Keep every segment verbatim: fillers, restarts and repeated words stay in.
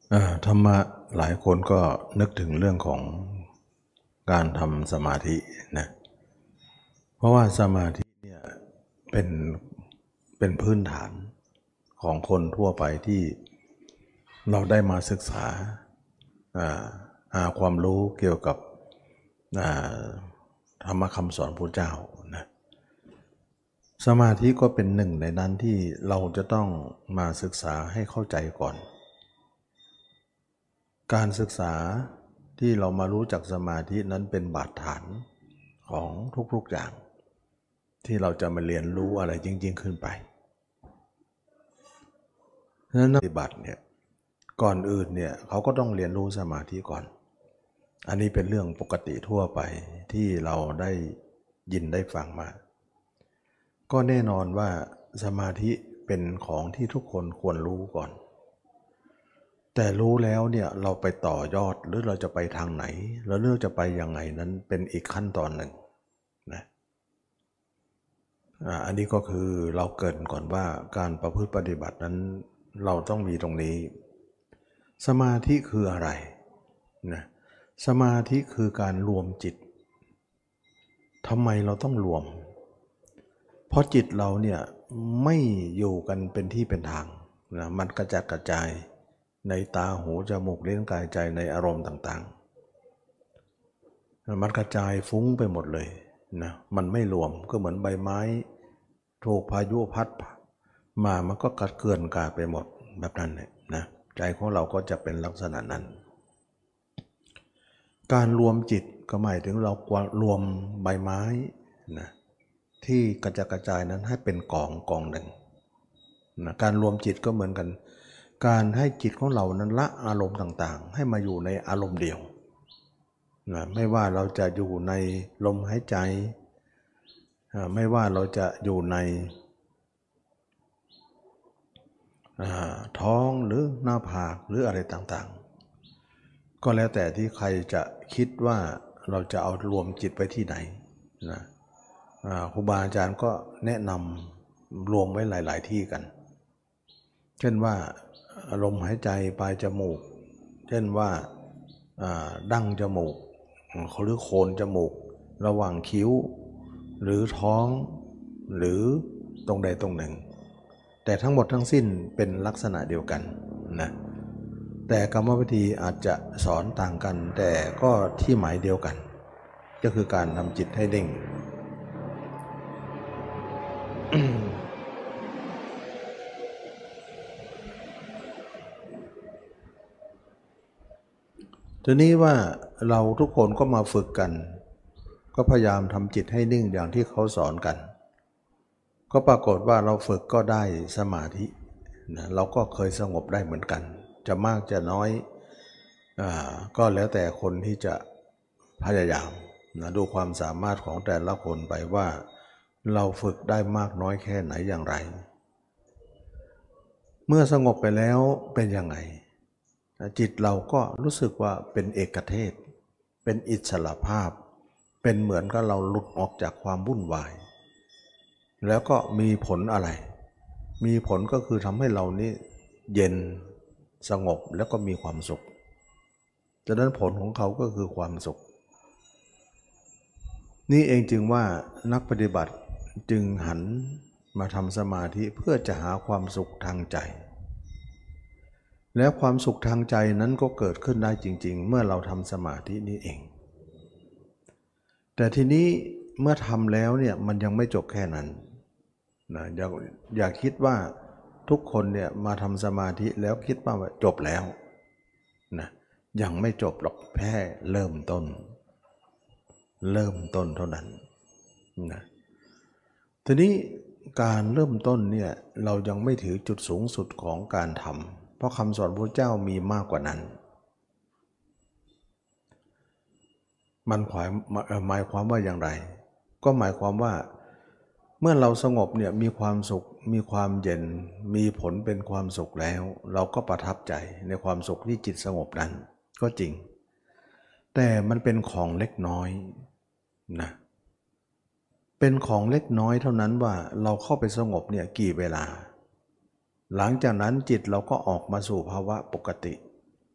เอ่อธรรมะหลายคนก็นึกถึงเรื่องของการทำสมาธินะเพราะว่าสมาธิเนี่ยเป็นเป็นพื้นฐานของคนทั่วไปที่เราได้มาศึกษาอ่าหาความรู้เกี่ยวกับอ่าธรรมคำสอนพระเจ้านะสมาธิก็เป็นหนึ่งในนั้นที่เราจะต้องมาศึกษาให้เข้าใจก่อน การศึกษาที่เรามารู้จักสมาธินั้นเป็นบาดฐานของทุกๆอย่างที่เราจะมาเรียนรู้อะไรจริงๆขึ้นไปฉะนั้นนักปฏิบัติเนี่ยก่อนอื่นเนี่ยเขาก็ต้องเรียนรู้สมาธิก่อนอันนี้เป็นเรื่องปกติทั่วไปที่เราได้ยินได้ฟังมาก็แน่นอนว่าสมาธิเป็นของที่ทุกคนควรรู้ก่อน แต่รู้แล้วเนี่ยเราไปต่อยอดหรือเราจะไปทางไหนแล้วเลือกจะไปยังไงนั้นเป็นอีกขั้นตอนหนึ่งนะอ่าอันนี้ก็คือเราเกริ่นก่อนว่าการประพฤติปฏิบัตินั้นเราต้องมีตรงนี้สมาธิคืออะไรนะสมาธิคือการรวมจิตทำไมเราต้องรวมเพราะจิตเราเนี่ยไม่อยู่กันเป็นที่เป็นทางนะมันกระจัดกระจายในตาหูจมูกลิ้นกายใจในอารมณ์ต่างๆมันกระจายฟุ้งไปหมดเลยนะมันไม่รวมก็เหมือนใบไม้ถูกพายุพัดมามันก็กัดเกลื่อนกลาดไปหมดแบบนั้นเลยนะใจของเราก็จะเป็นลักษณะนั้นการรวมจิตก็หมายถึงเรารวมใบไม้นะที่กระจายกระจายนั้นให้เป็นกองกองหนึ่งนะการรวมจิตก็เหมือนกันการให้จิตของเรานั้นละอารมณ์ต่างๆให้มาอยู่ในอารมณ์เดียวนะไม่ว่าเราจะอยู่ในลมหายใจไม่ว่าเราจะอยู่ในท้องหรือหน้าผากหรืออะไรต่างๆก็แล้วแต่ที่ใครจะคิดว่าเราจะเอารวมจิตไปที่ไหนนะครูบาอาจารย์ก็แนะนำรวมไว้หลายๆที่กันเช่นว่าลมหายใจปลายจมูกเช่นว่าดั้งจมูกหรือโคนจมูกระหว่างคิ้วหรือท้องหรือตรงใดตรงหนึ่งแต่ทั้งหมดทั้งสิ้นเป็นลักษณะเดียวกันนะแต่กรรมวิธีอาจจะสอนต่างกันแต่ก็ที่หมายเดียวกันก็คือการทำจิตให้นิ่ง ทีนี้ว่าเราทุกคนก็มาฝึกกันก็พยายามทำจิตให้นิ่งอย่างที่เขาสอนกันก็ปรากฏว่าเราฝึกก็ได้สมาธินะเราก็เคยสงบได้เหมือนกันจะมากจะน้อยอ่าก็แล้วแต่คนที่จะพยายามนะดูความสามารถของแต่ละคนไปว่าเราฝึกได้มากน้อยแค่ไหนอย่างไรเมื่อสงบไปแล้วเป็นยังไงจิตเราก็รู้สึกว่าเป็นเอกเทศเป็นอิสระภาพเป็นเหมือนกับเราหลุดออกจากความวุ่นวายแล้วก็มีผลอะไรมีผลก็คือทำให้เรานี่เย็นสงบแล้วก็มีความสุขฉะนั้นผลของเขาก็คือความสุขนี่เองจึงว่านักปฏิบัติจึงหันมาทำสมาธิเพื่อจะหาความสุขทางใจแล้วความสุขทางใจนั้นก็เกิดขึ้นได้จริงๆเมื่อเราทำสมาธินี้เองแต่ทีนี้เมื่อทำแล้วเนี่ยมันยังไม่จบแค่นั้นนะอย่าอย่าคิดว่าทุกคนเนี่ยมาทำสมาธิแล้วคิดว่าจบแล้วนะยังไม่จบหรอกแค่เริ่มต้นเริ่มต้นเท่านั้นนะทีนี้การเริ่มต้นเนี่ยเรายังไม่ถือจุดสูงสุดของการทำเพราะคำสอนพระเจ้ามีมากกว่านั้นมันหมายหมายความว่าอย่างไรก็หมายความว่าเมื่อเราสงบเนี่ยมีความสุขมีความเย็นมีผลเป็นความสุขแล้วเราก็ประทับใจในความสุขที่จิตสงบนั้นก็จริงแต่มันเป็นของเล็กน้อยนะเป็นของเล็กน้อยเท่านั้นว่าเราเข้าไปสงบเนี่ยกี่เวลาหลังจากนั้นจิตเราก็ออกมาสู่ภาวะปกติ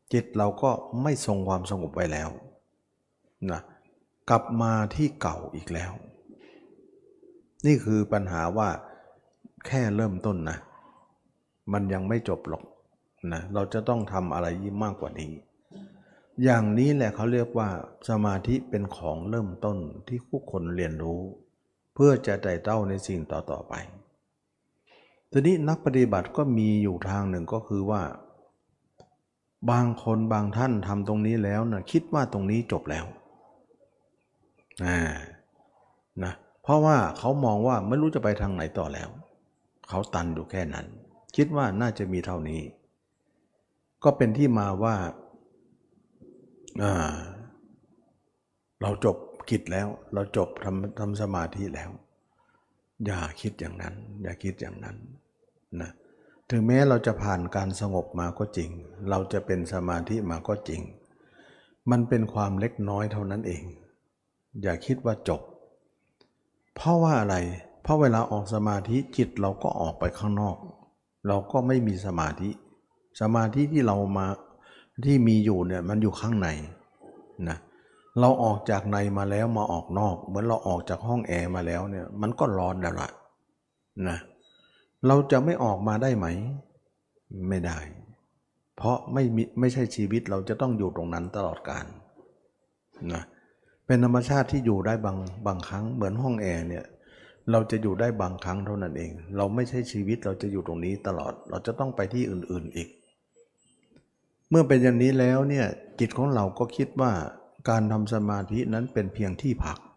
จิตเราก็ไม่ทรงความสงบไว้แล้วนะกลับมาที่เก่าอีกแล้วนี่คือปัญหาว่าแค่เริ่มต้นนะมันยังไม่จบหรอกนะเราจะต้องทำอะไรยิ่งมากกว่านี้อย่างนี้แหละเขาเรียกว่าสมาธิเป็นของเริ่มต้นที่ผู้คนเรียนรู้เพื่อจะไต่เต้าในสิ่งต่อๆไปทีนี้นักปฏิบัติก็มีอยู่ทางหนึ่งก็คือว่าบางคนบางท่านทำตรงนี้แล้วนะคิดว่าตรงนี้จบแล้วอ่านะเพราะว่าเขามองว่าไม่รู้จะไปทางไหนต่อแล้วเขาตันอยู่แค่นั้นคิดว่าน่าจะมีเท่านี้ก็เป็นที่มาว่าอ่าเราจบกิจแล้วเราจบทำทำสมาธิแล้วอย่าคิดอย่างนั้นอย่าคิดอย่างนั้นนะถึงแม้เราจะผ่านการสงบมาก็จริงเราจะเป็นสมาธิมาก็จริงมันเป็นความเล็กน้อยเท่านั้นเองอย่าคิดว่าจบเพราะว่าอะไรเพราะเวลาออกสมาธิจิตเราก็ออกไปข้างนอกเราก็ไม่มีสมาธิสมาธิที่เรามาที่มีอยู่เนี่ยมันอยู่ข้างในนะเราออกจากในมาแล้วมาออกนอกเหมือนเราออกจากห้องแอร์มาแล้วเนี่ยมันก็ร้อนแล้วล่ะนะเราจะไม่ออกมาได้ไหมไม่ได้เพราะไม่มีไม่ใช่ชีวิตเราจะต้องอยู่ตรงนั้นตลอดกาลนะเป็นธรรมชาติที่อยู่ได้บางบางครั้งเหมือนห้องแอร์เนี่ยเราจะอยู่ได้บางครั้งเท่านั้นเองเราไม่ใช่ชีวิตเราจะอยู่ตรงนี้ตลอดเราจะต้องไปที่อื่นๆอีกเมื่อเป็นอย่างนี้แล้วเนี่ยจิตของเราก็คิดว่าการทำสมาธินั้นเป็นเพียงที่พัก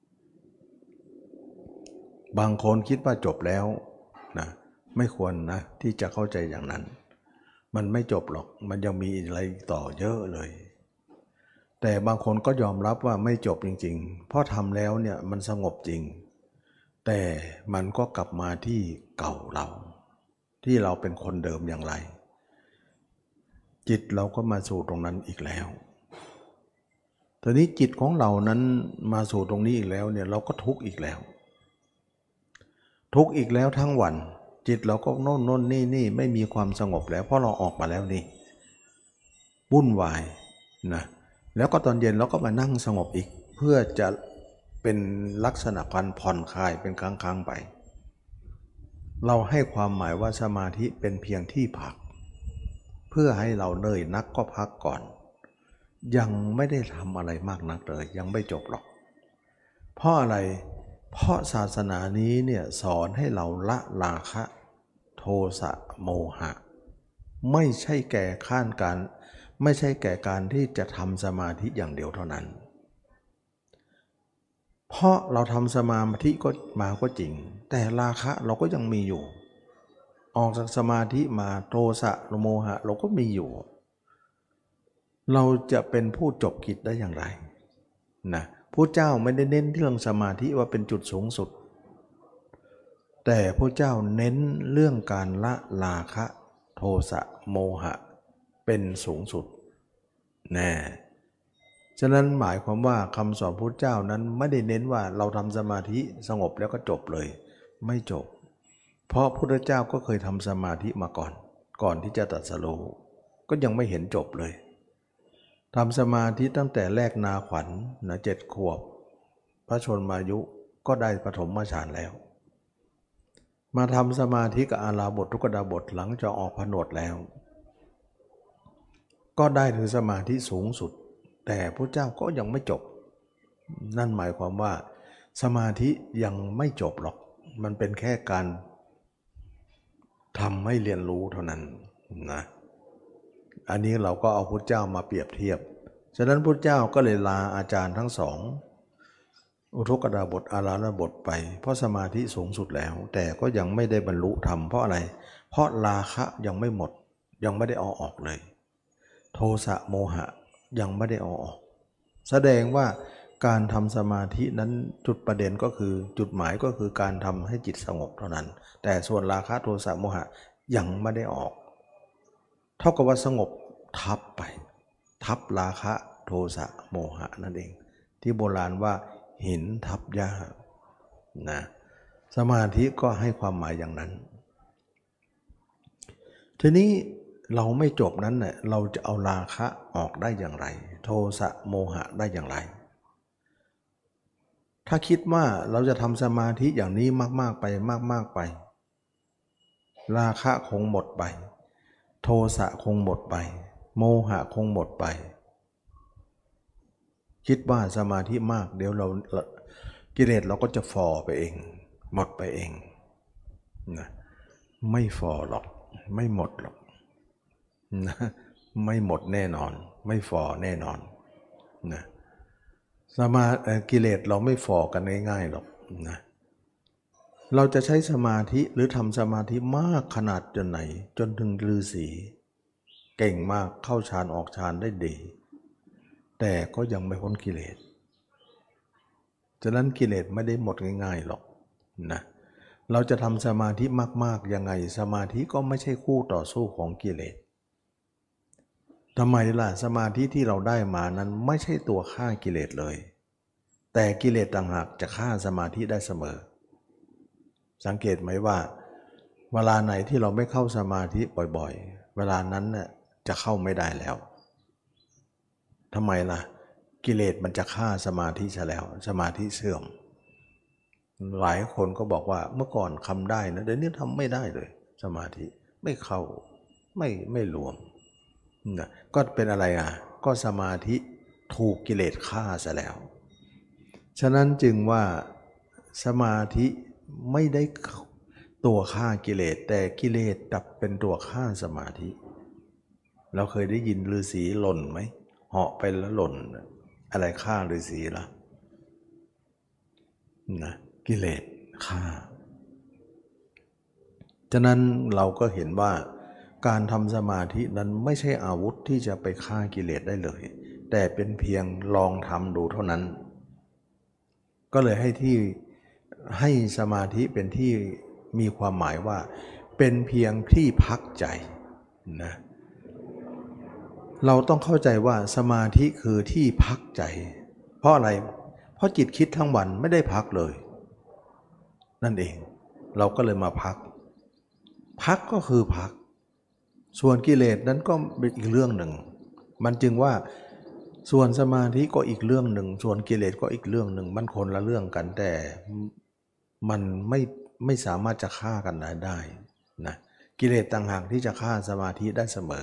บางคนคิดว่าจบแล้วนะไม่ควรนะที่จะเข้าใจอย่างนั้นมันไม่จบหรอกมันยังมีอะไรต่อเยอะเลยแต่บางคนก็ยอมรับว่าไม่จบจริงๆเพราะทำแล้วเนี่ยมันสงบจริงแต่มันก็กลับมาที่เก่าเราที่เราเป็นคนเดิมอย่างไรจิตเราก็มาสู่ตรงนั้นอีกแล้วตอนนี้จิตของเรานั้นมาสู่ตรงนี้อีกแล้วเนี่ยเราก็ทุกข์อีกแล้วทุกข์อีกแล้วทั้งวันจิตเราก็โน่นโน่นนี่นี่ไม่มีความสงบแล้วเพราะเราออกมาแล้วนี่วุ่นวายนะแล้วก็ตอนเย็นเราก็มานั่งสงบอีกเพื่อจะเป็นลักษณะการผ่อนคลายเป็นครั้งๆไปเราให้ความหมายว่าสมาธิเป็นเพียงที่พักเพื่อให้เราเหนื่อยนักก็พักก่อนยังไม่ได้ทำอะไรมากนักเลยยังไม่จบหรอกเพราะอะไรเพราะศาสนานี้เนี่ยสอนให้เราละราคะโทสะโมหะไม่ใช่แก่ข้านการไม่ใช่แก่การที่จะทำสมาธิอย่างเดียวเท่านั้นเพราะเราทำสมาธิก็มาก็จริงแต่ราคะเราก็ยังมีอยู่ออกจากสมาธิมาโทสะโมหะเราก็มีอยู่เราจะเป็นผู้จบกิจได้อย่างไรนะพระเจ้าไม่ได้เน้นเรื่องสมาธิว่าเป็นจุดสูงสุดแต่พระเจ้าเน้นเรื่องการละราคะโทสะโมหะเป็นสูงสุดแน่ฉะนั้นหมายความว่าคำสอนพระเจ้านั้นไม่ได้เน้นว่าเราทำสมาธิสงบแล้วก็จบเลยไม่จบเพราะพระพุทธเจ้าก็เคยทำสมาธิมาก่อนก่อนที่จะตรัสรู้ก็ยังไม่เห็นจบเลยทำสมาธิตั้งแต่แรกนาขวัญ นะเจ็ดขวบพระชนมายุก็ได้ปฐมฌานแล้วมาทำสมาธิกับอาราบททุกขดาบทหลังจากออกผนวดแล้วก็ได้ถึงสมาธิสูงสุดแต่พระเจ้าก็ยังไม่จบนั่นหมายความว่าสมาธิยังไม่จบหรอกมันเป็นแค่การทำให้เรียนรู้เท่านั้นนะอันนี้เราก็เอาพุทธเจ้ามาเปรียบเทียบฉะนั้นพุทธเจ้าก็เลยลาอาจารย์ทั้งสองอุทกดาบทอาราณบทไปเพราะสมาธิสูงสุดแล้วแต่ก็ยังไม่ได้บรรลุธรรมเพราะอะไรเพราะราคะยังไม่หมดยังไม่ได้เอาออกเลยโทสะโมหะยังไม่ได้เอาออกแสดงว่าการทำสมาธินั้นจุดประเด็นก็คือจุดหมายก็คือการทำให้จิตสงบเท่านั้นแต่ส่วนราคะโทสะโมหะยังไม่ได้ออกเท่ากับว่าสงบทับไปทับราคะโทสะโมหะนั่นเองที่โบราณว่าหินทับหญ้านะสมาธิก็ให้ความหมายอย่างนั้นทีนี้เราไม่จบนั้นเนี่ยเราจะเอาราคะออกได้อย่างไรโทสะโมหะได้อย่างไรถ้าคิดว่าเราจะทำสมาธิอย่างนี้มากๆไปมากๆไปราคะคงหมดไปโทสะคงหมดไปโมหะคงหมดไปคิดว่าสมาธิมากเดี๋ยวเรากิเลสเราก็จะฝ่อไปเองหมดไปเองนะไม่ฝ่อหรอกไม่หมดหรอกนะไม่หมดแน่นอนไม่ฝ่อแน่นอนนะสมากิเลสเราไม่ฝ่อกันง่ายๆหรอกนะเราจะใช้สมาธิหรือทำสมาธิมากขนาดจนไหนจนถึงฤาษีเก่งมากเข้าฌานออกฌานได้ดีแต่ก็ยังไม่พ้นกิเลสฉะนั้นกิเลสไม่ได้หมดง่ายๆหรอกนะเราจะทำสมาธิมากๆยังไงสมาธิก็ไม่ใช่คู่ต่อสู้ของกิเลสทำไมล่ะสมาธิที่เราได้มานั้นไม่ใช่ตัวฆ่ากิเลสเลยแต่กิเลสต่างหากจะฆ่าสมาธิได้เสมอสังเกตไหมว่าเวลาไหนที่เราไม่เข้าสมาธิบ่อยๆเวลานั้นน่ะจะเข้าไม่ได้แล้วทำไมล่ะกิเลสมันจะฆ่าสมาธิซะแล้วสมาธิเสื่อมหลายคนก็บอกว่าเมื่อก่อนทำได้นะเดี๋ยวนี้ทำไม่ได้เลยสมาธิไม่เข้าไม่ไม่รวมนะก็เป็นอะไรอ่ะก็สมาธิถูกกิเลสฆ่าซะแล้วฉะนั้นจึงว่าสมาธิไม่ได้ตัวฆ่ากิเลสแต่กิเลสกลับเป็นตัวฆ่าสมาธิเราเคยได้ยินฤาษีหล่นไหมเหาะไปแล้วหล่นอะไรฆ่าฤาษีล่ะนะกิเลสฆ่าฉะนั้นเราก็เห็นว่าการทำสมาธินั้นไม่ใช่อาวุธที่จะไปฆ่ากิเลสได้เลยแต่เป็นเพียงลองทำดูเท่านั้นก็เลยให้ที่ให้สมาธิเป็นที่มีความหมายว่าเป็นเพียงที่พักใจนะเราต้องเข้าใจว่าสมาธิคือที่พักใจเพราะอะไรเพราะจิตคิดทั้งวันไม่ได้พักเลยนั่นเองเราก็เลยมาพักพักก็คือพักส่วนกิเลสนั้นก็เป็นอีกเรื่องหนึ่งมันจึงว่าส่วนสมาธิก็อีกเรื่องหนึ่งส่วนกิเลสก็อีกเรื่องหนึ่งมันคนละเรื่องกันแต่มันไม่ไม่สามารถจะฆ่ากันได้นะกิเลสต่างหากที่จะฆ่าสมาธิได้เสมอ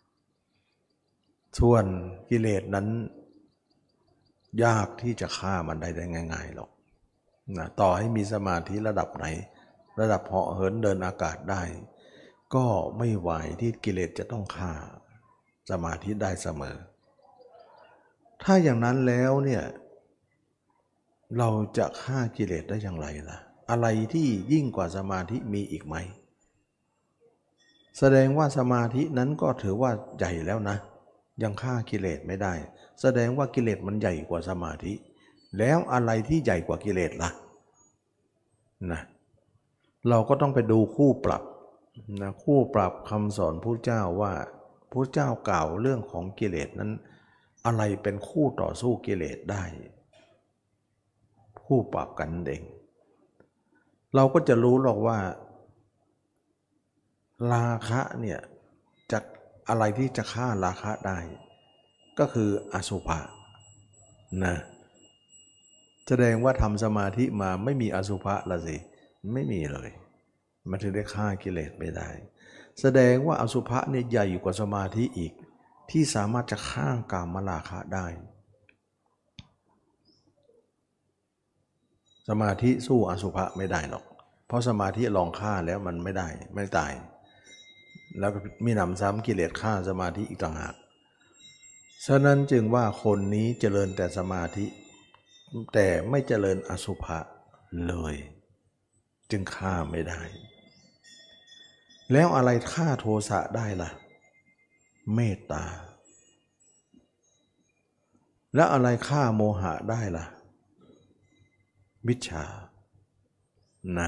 ส่วนกิเลสนั้นยากที่จะฆ่ามันได้ได้ง่ายๆหรอกนะต่อให้มีสมาธิระดับไหนระดับเหาะเหินเดินอากาศได้ก็ไม่ไหวที่กิเลสจะต้องฆ่าสมาธิได้เสมอถ้าอย่างนั้นแล้วเนี่ยเราจะฆ่ากิเลสได้อย่างไรล่ะอะไรที่ยิ่งกว่าสมาธิมีอีกไหมแสดงว่าสมาธินั้นก็ถือว่าใหญ่แล้วนะยังฆ่ากิเลสไม่ได้แสดงว่ากิเลสมันใหญ่กว่าสมาธิแล้วอะไรที่ใหญ่กว่ากิเลสล่ะนะเราก็ต้องไปดูคู่ปรับนะคู่ปรับคำสอนพระเจ้าว่าพระเจ้ากล่าวเรื่องของกิเลสนั้นอะไรเป็นคู่ต่อสู้กิเลสได้คู่ปรับกันเองเราก็จะรู้หรอกว่าราคะเนี่ยจะอะไรที่จะฆ่าราคะได้ก็คืออสุภะนะแสดงว่าทำสมาธิมาไม่มีอสุภะละสิไม่มีเลยมันถึงได้ฆ่ากิเลสไม่ได้แสดงว่าอสุภะเนี่ยใหญ่กว่าสมาธิอีกที่สามารถจะฆ่ากามราคะได้สมาธิสู้อสุภะไม่ได้หรอกเพราะสมาธิลองฆ่าแล้วมันไม่ได้ไม่ตายแล้วมีหนำซ้ำกิเลสฆ่าสมาธิอีกต่างหากฉะนั้นจึงว่าคนนี้เจริญแต่สมาธิแต่ไม่เจริญอสุภะเลยจึงฆ่าไม่ได้แล้วอะไรฆ่าโทสะได้ล่ะเมตตาแล้วอะไรฆ่าโมหะได้ล่ะวิชชานะ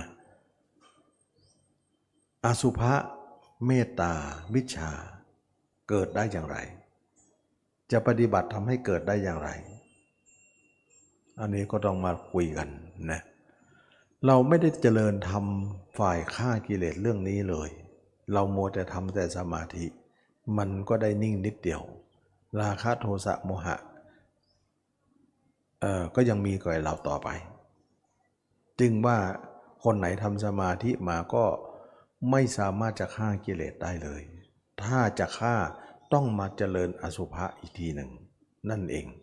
อสุภะเมตตาวิชชาเกิดได้อย่างไรจะปฏิบัติทำให้เกิดได้อย่างไรอันนี้ก็ต้องมาคุยกันนะเราไม่ได้เจริญทำฝ่ายฆ่ากิเลสเรื่องนี้เลยเรามัวแต่ทำแต่สมาธิมันก็ได้นิ่งนิดเดียวราคะโทสะโมหะเอ่อก็ยังมีกับเราต่อไปจึงว่าคนไหนทำสมาธิมาก็ไม่สามารถจะฆ่ากิเลสได้เลยถ้าจะฆ่าต้องมาเจริญอสุภะอีกทีหนึ่งนั่นเอง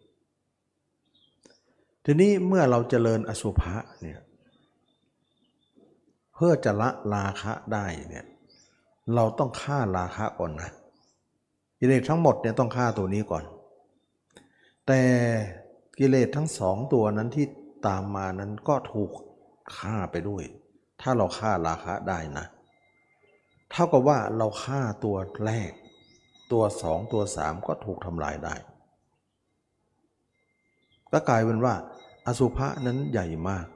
ทีนี้เมื่อเราเจริญอสุภะเนี่ยเพื่อจะละราคะได้เนี่ยเราต้องฆ่าราคะก่อนนะกิเลสทั้งหมดเนี่ยต้องฆ่าตัวนี้ก่อนแต่กิเลสทั้งสองตัวนั้นที่ตามมานั้นก็ถูกฆ่าไปด้วยถ้าเราฆ่าราคะได้นะเท่ากับว่าเราฆ่าตัวแรกตัวสองตัวสามก็ถูกทำลายได้ก็กลายเป็นว่าอสุภะนั้นใหญ่มาก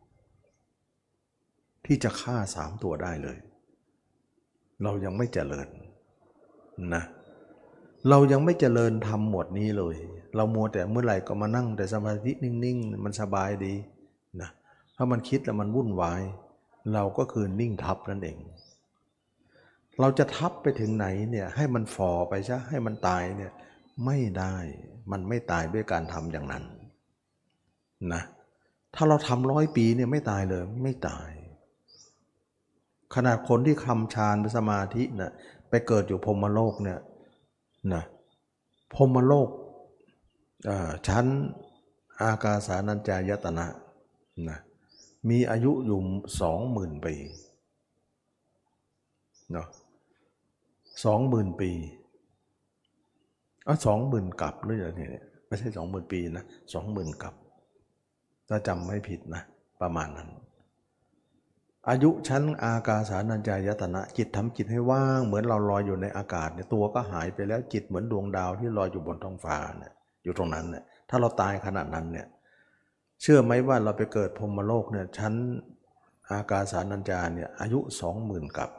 ที่จะฆ่าสามตัวได้เลยเรายังไม่เจริญนะเรายังไม่เจริญทำหมวดนี้เลยเรามัวแต่เมื่อไหร่ก็มานั่งแต่สมาธินิ่งๆมันสบายดีนะถ้ามันคิดแล้วมันวุ่นวายเราก็คือนิ่งทับนั่นเองเราจะทับไปถึงไหนเนี่ยให้มันฝ่อไปซะให้มันตายเนี่ยไม่ได้มันไม่ตายด้วยการทำอย่างนั้นนะถ้าเราทำร้อยปีเนี่ยไม่ตายเลยไม่ตายขนาดคนที่ทำฌานเป็นสมาธินะไปเกิดอยู่พรหมโลกเนี่ยนะพรหมโลกชั้นอากาสานัญจายตนะนะมีอายุอยู่สองหมื่นปีเนาะสองหมื่นปีอ๋อสองหมื่นกับหรืออะไรเนี่ยไม่ใช่สองหมื่นปีนะสองหมื่นกับถ้าจำไม่ผิดนะประมาณนั้นอายุชั้นอากาสานัญจายตนะจิตทำจิตให้ว่างเหมือนเราลอยอยู่ในอากาศเนี่ยตัวก็หายไปแล้วจิตเหมือนดวงดาวที่ลอยอยู่บนท้องฟ้าเนี่ยอยู่ตรงนั้นเนี่ยถ้าเราตายขนาดนั้นเนี่ยเชื่อไหมว่าเราไปเกิดพรหมโลกเนี่ยชั้นอากาสานัญจาเนี่ยอายุสองหมื่นกับ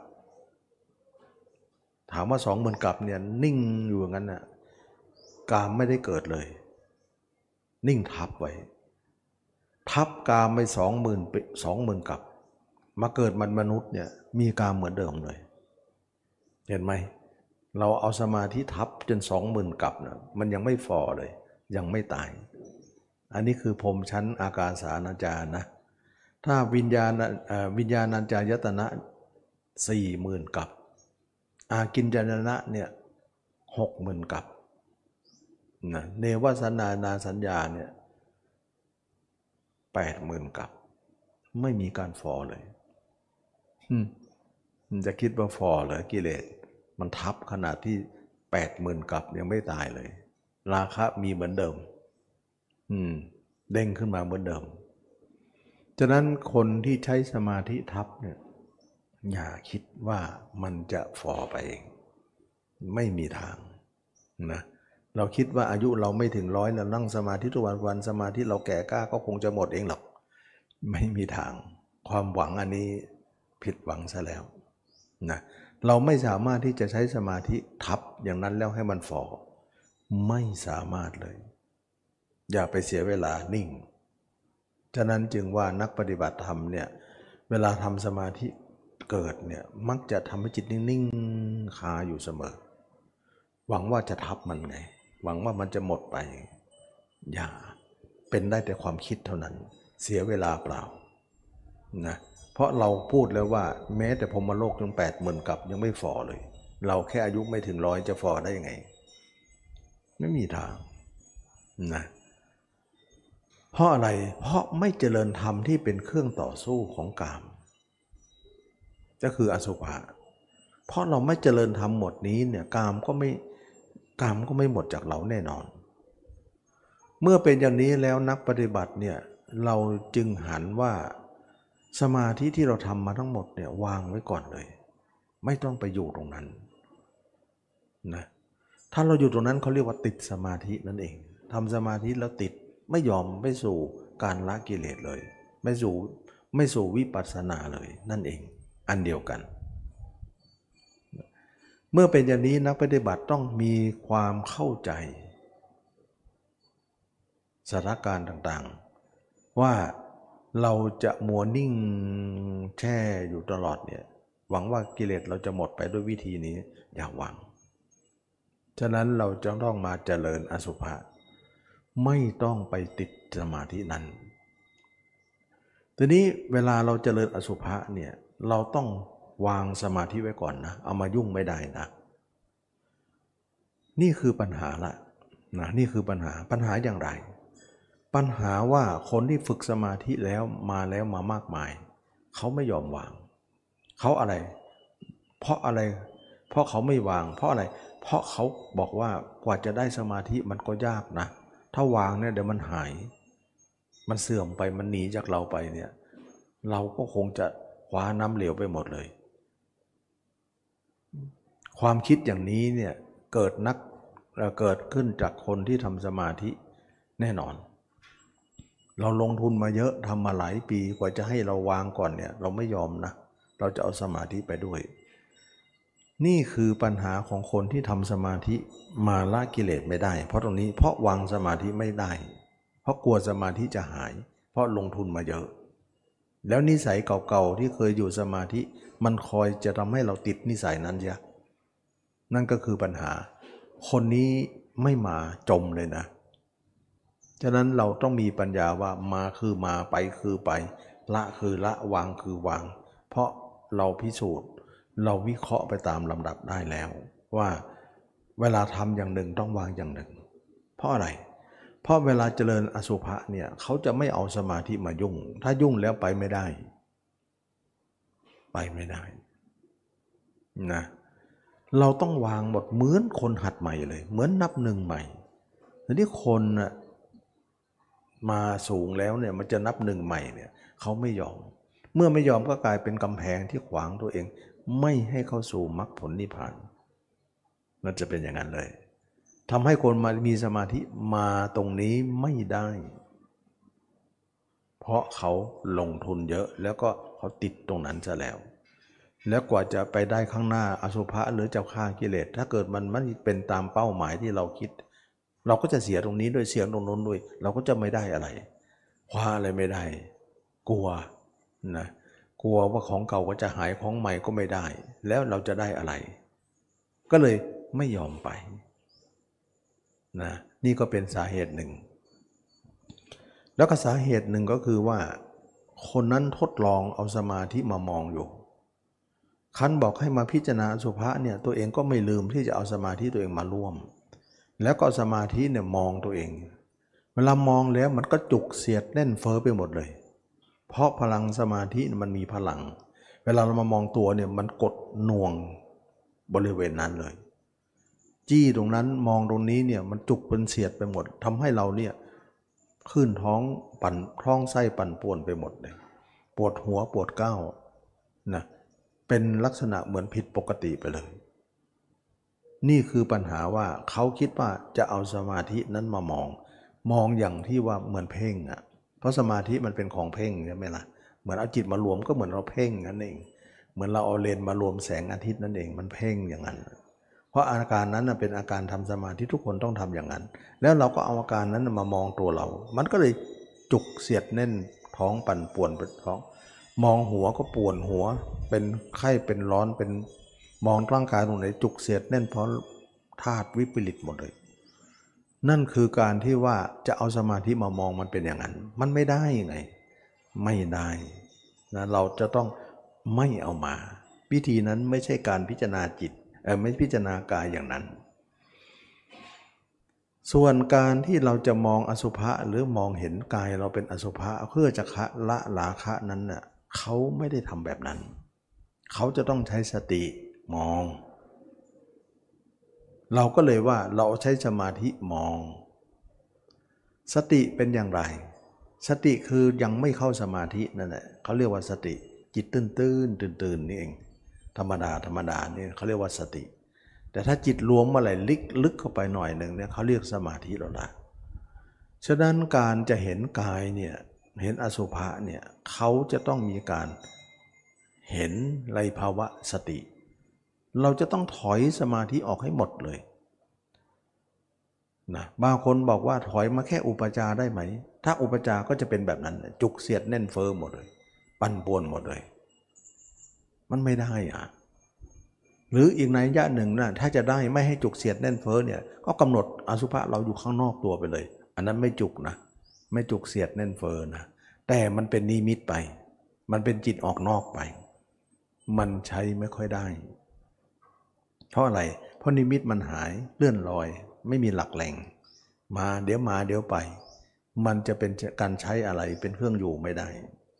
ถามว่าสองหมื่นกับเนี่ยนิ่งอยู่อย่างนั้นน่ะกามไม่ได้เกิดเลยนิ่งทับไว้ทับกามไปสองหมื่นสองหมื่นกับมาเกิดมันมนุษย์เนี่ยมีกามเหมือนเดิมเลยเห็นไหมเราเอาสมาธิทับจนสองหมื่นกับนะมันยังไม่ฝ่อเลยยังไม่ตายอันนี้คือพรหมชั้นอากาสานัญจานะถ้าวิญญาณวิญญาณัญจายตนะสี่หมื่นกับอากิญจายตนะเนี่ยหกหมื่นกับนะเนวสัญญานาสัญญาเนี่ยแปดหมื่นกับไม่มีการฝ่อเลยมันจะคิดว่าฝ่อเหรอกิเลสมันทับขนาดที่แปดหมื่นกับยังไม่ตายเลยราคะมีเหมือนเดิมอืมเด้งขึ้นมาเหมือนเดิมฉะนั้นคนที่ใช้สมาธิทับเนี่ยอย่าคิดว่ามันจะฝ่อไปเองไม่มีทางนะเราคิดว่าอายุเราไม่ถึงร้อยเรานั่งสมาธิทุกวันวันสมาธิเราแก่กล้าก็คงจะหมดเองหรอกไม่มีทางความหวังอันนี้ผิดหวังซะแล้วนะเราไม่สามารถที่จะใช้สมาธิทับอย่างนั้นแล้วให้มันฝ่อไม่สามารถเลยอย่าไปเสียเวลานิ่งฉะนั้นจึงว่านักปฏิบัติธรรมเนี่ยเวลาทำสมาธิเกิดเนี่ยมักจะทำให้จิตนิ่งๆคาอยู่เสมอหวังว่าจะทับมันไงหวังว่ามันจะหมดไปอย่าเป็นได้แต่ความคิดเท่านั้นเสียเวลาเปล่านะเพราะเราพูดแล้วว่าแม้แต่พรหมโลกถึงแปดหมื่นกับยังไม่ฝ่อเลยเราแค่อายุไม่ถึงร้อยจะฝ่อได้ยังไงไม่มีทางนะเพราะอะไรเพราะไม่เจริญธรรมที่เป็นเครื่องต่อสู้ของกามก็คืออสุภะเพราะเราไม่เจริญธรรมหมดนี้เนี่ยกามก็ไม่กามก็ไม่หมดจากเราแน่นอนเมื่อเป็นอย่างนี้แล้วนักปฏิบัติเนี่ยเราจึงหันว่าสมาธิที่เราทำมาทั้งหมดเนี่ยวางไว้ก่อนเลยไม่ต้องไปอยู่ตรงนั้นนะถ้าเราอยู่ตรงนั้นเขาเรียกว่าติดสมาธินั่นเองทำสมาธิแล้วติดไม่ยอมไม่สู่การละกิเลสเลยไม่สู่ไม่สู่วิปัสสนาเลยนั่นเองอันเดียวกันเมื่อเป็นอย่างนี้นักปฏิบัติต้องมีความเข้าใจสถานการณ์ต่างๆว่าเราจะมัวนิ่งแช่อยู่ตลอดเนี่ยหวังว่ากิเลสเราจะหมดไปด้วยวิธีนี้อย่าหวังฉะนั้นเราจะต้องมาเจริญอสุภะไม่ต้องไปติดสมาธินั้นทีนี้เวลาเราเจริญอสุภะเนี่ยเราต้องวางสมาธิไว้ก่อนนะเอามายุ่งไม่ได้นะนี่คือปัญหาละนะนี่คือปัญหาปัญหาอย่างไรปัญหาว่าคนที่ฝึกสมาธิแล้วมาแล้วมามากมายเขาไม่ยอมวางเขาอะไรเพราะอะไรเพราะเขาไม่วางเพราะอะไรเพราะเขาบอกว่ากว่าจะได้สมาธิมันก็ยากนะถ้าวางเนี่ยเดี๋ยวมันหายมันเสื่อมไปมันหนีจากเราไปเนี่ยเราก็คงจะคว้าน้ำเหลวไปหมดเลยความคิดอย่างนี้เนี่ยเกิดนักเกิดขึ้นจากคนที่ทำสมาธิแน่นอนเราลงทุนมาเยอะทำมาหลายปีกว่าจะให้เราวางก่อนเนี่ยเราไม่ยอมนะเราจะเอาสมาธิไปด้วยนี่คือปัญหาของคนที่ทำสมาธิมาละกิเลสไม่ได้เพราะตรงนี้เพราะวางสมาธิไม่ได้เพราะกลัวสมาธิจะหายเพราะลงทุนมาเยอะแล้วนิสัยเก่าๆที่เคยอยู่สมาธิมันคอยจะทำให้เราติดนิสัยนั้นเยอะนั่นก็คือปัญหาคนนี้ไม่มาจมเลยนะฉะนั้นเราต้องมีปัญญาว่ามาคือมาไปคือไปละคือละวางคือวางเพราะเราพิสูจน์เราวิเคราะห์ไปตามลำดับได้แล้วว่าเวลาทำอย่างหนึ่งต้องวางอย่างหนึ่งเพราะอะไรเพราะเวลาเจริญอสุภะเนี่ยเขาจะไม่เอาสมาธิมายุ่งถ้ายุ่งแล้วไปไม่ได้ไปไม่ได้นะเราต้องวางหมดเหมือนคนหัดใหม่เลยเหมือนนับหนึ่งใหม่ทีนี้คนน่ะมาสูงแล้วเนี่ยมันจะนับหนึ่งใหม่เนี่ยเขาไม่ยอมเมื่อไม่ยอมก็กลายเป็นกำแพงที่ขวางตัวเองไม่ให้เข้าสู่มรรคผลนิพพานมันจะเป็นอย่างนั้นเลยทำให้คนมามีสมาธิมาตรงนี้ไม่ได้เพราะเขาลงทุนเยอะแล้วก็เขาติดตรงนั้นซะแล้วแล้วกว่าจะไปได้ข้างหน้าอสุภะหรือจะฆ่ากิเลสถ้าเกิดมันไม่เป็นตามเป้าหมายที่เราคิดเราก็จะเสียตรงนี้ด้วยเสียตรงโน้นด้วยเราก็จะไม่ได้อะไรคว้าอะไรไม่ได้กลัวนะกลัวว่าของเก่าก็จะหายของใหม่ก็ไม่ได้แล้วเราจะได้อะไรก็เลยไม่ยอมไปนะนี่ก็เป็นสาเหตุหนึ่งแล้วก็สาเหตุหนึ่งก็คือว่าคนนั้นทดลองเอาสมาธิมามองอยู่คันบอกให้มาพิจารณาอสุภะเนี่ยตัวเองก็ไม่ลืมที่จะเอาสมาธิตัวเองมาร่วมแล้วก็สมาธิเนี่ยมองตัวเองเวลามองแล้วมันก็จุกเสียดแน่นเฟ้อไปหมดเลยเพราะพลังสมาธิมันมีพลังเวลาเรามามองตัวเนี่ยมันกดหน่วงบริเวณนั้นเลยจี้ตรงนั้นมองตรงนี้เนี่ยมันจุกเป็นเสียดไปหมดทำให้เราเนี่ยขึ้นท้องปั่นท้องไส้ปั่นป่วนไปหมดเลยปวดหัวปวดก้าวนะเป็นลักษณะเหมือนผิดปกติไปเลยนี่คือปัญหาว่าเขาคิดว่าจะเอาสมาธินั้นมามองมองอย่างที่ว่าเหมือนเพ่งอ่ะเพราะสมาธิมันเป็นของเพ่งใช่ไหมล่ะเหมือนเอาจิตมารวมก็เหมือนเราเพ่งนั่นเองเหมือนเราเอาเลนมารวมแสงอาทิตย์นั่นเองมันเพ่งอย่างนั้นเพราะอาการนั้นเป็นอาการทำสมาธิทุกคนต้องทำอย่างนั้นแล้วเราก็เอาอาการนั้นมามองตัวเรามันก็เลยจุกเสียดแน่นท้องปั่นป่วนไปท้องมองหัวก็ปวดหัวเป็นไข้เป็นร้อนเป็นมองร่างกายตรงไหนจุกเสียดแน่นเพราะธาตุวิปริตหมดเลยนั่นคือการที่ว่าจะเอาสมาธิมามองมันเป็นอย่างนั้นมันไม่ได้ไงไม่ได้นะเราจะต้องไม่เอามาวิธีนั้นไม่ใช่การพิจารณาจิตเออไม่พิจารณากายอย่างนั้นส่วนการที่เราจะมองอสุภะหรือมองเห็นกายเราเป็นอสุภะเพื่อจะละละราคะนั้นน่ะเขาไม่ได้ทำแบบนั้นเขาจะต้องใช้สติมองเราก็เลยว่าเราใช้สมาธิมองสติเป็นอย่างไรสติคือยังไม่เข้าสมาธินั่นแหละเขาเรียกว่าสติจิตตื้นตื้นตื่นตื่นนี่เองธรรมดาธรรมดานี่เขาเรียกว่าสติแต่ถ้าจิตรวมเมื่อไหร่ลึกลึกเข้าไปหน่อยหนึ่งเนี่ยเขาเรียกสมาธิแล้วนะฉะนั้นการจะเห็นกายเนี่ยเห็นอสุภะเนี่ยเขาจะต้องมีการเห็นในภาวะสติเราจะต้องถอยสมาธิออกให้หมดเลยนะบางคนบอกว่าถอยมาแค่อุปจารได้ไหมถ้าอุปจาก็จะเป็นแบบนั้นจุกเสียดแน่นเฟ้อหมดเลยปั่นป่วนหมดเลยมันไม่ได้อ่ะหรืออีกนัยยะหนึ่งนะถ้าจะได้ไม่ให้จุกเสียดแน่นเฟ้อเนี่ยก็กำหนดอสุภะเราอยู่ข้างนอกตัวไปเลยอันนั้นไม่จุกนะไม่จุกเสียดแน่นเฟ้อนะแต่มันเป็นนิมิตไปมันเป็นจิตออกนอกไปมันใช้ไม่ค่อยได้เพราะอะไรเพราะนิมิตมันหายเลื่อนลอยไม่มีหลักแหล่งมาเดี๋ยวมาเดี๋ยวไปมันจะเป็นการใช้อะไรเป็นเครื่องอยู่ไม่ได้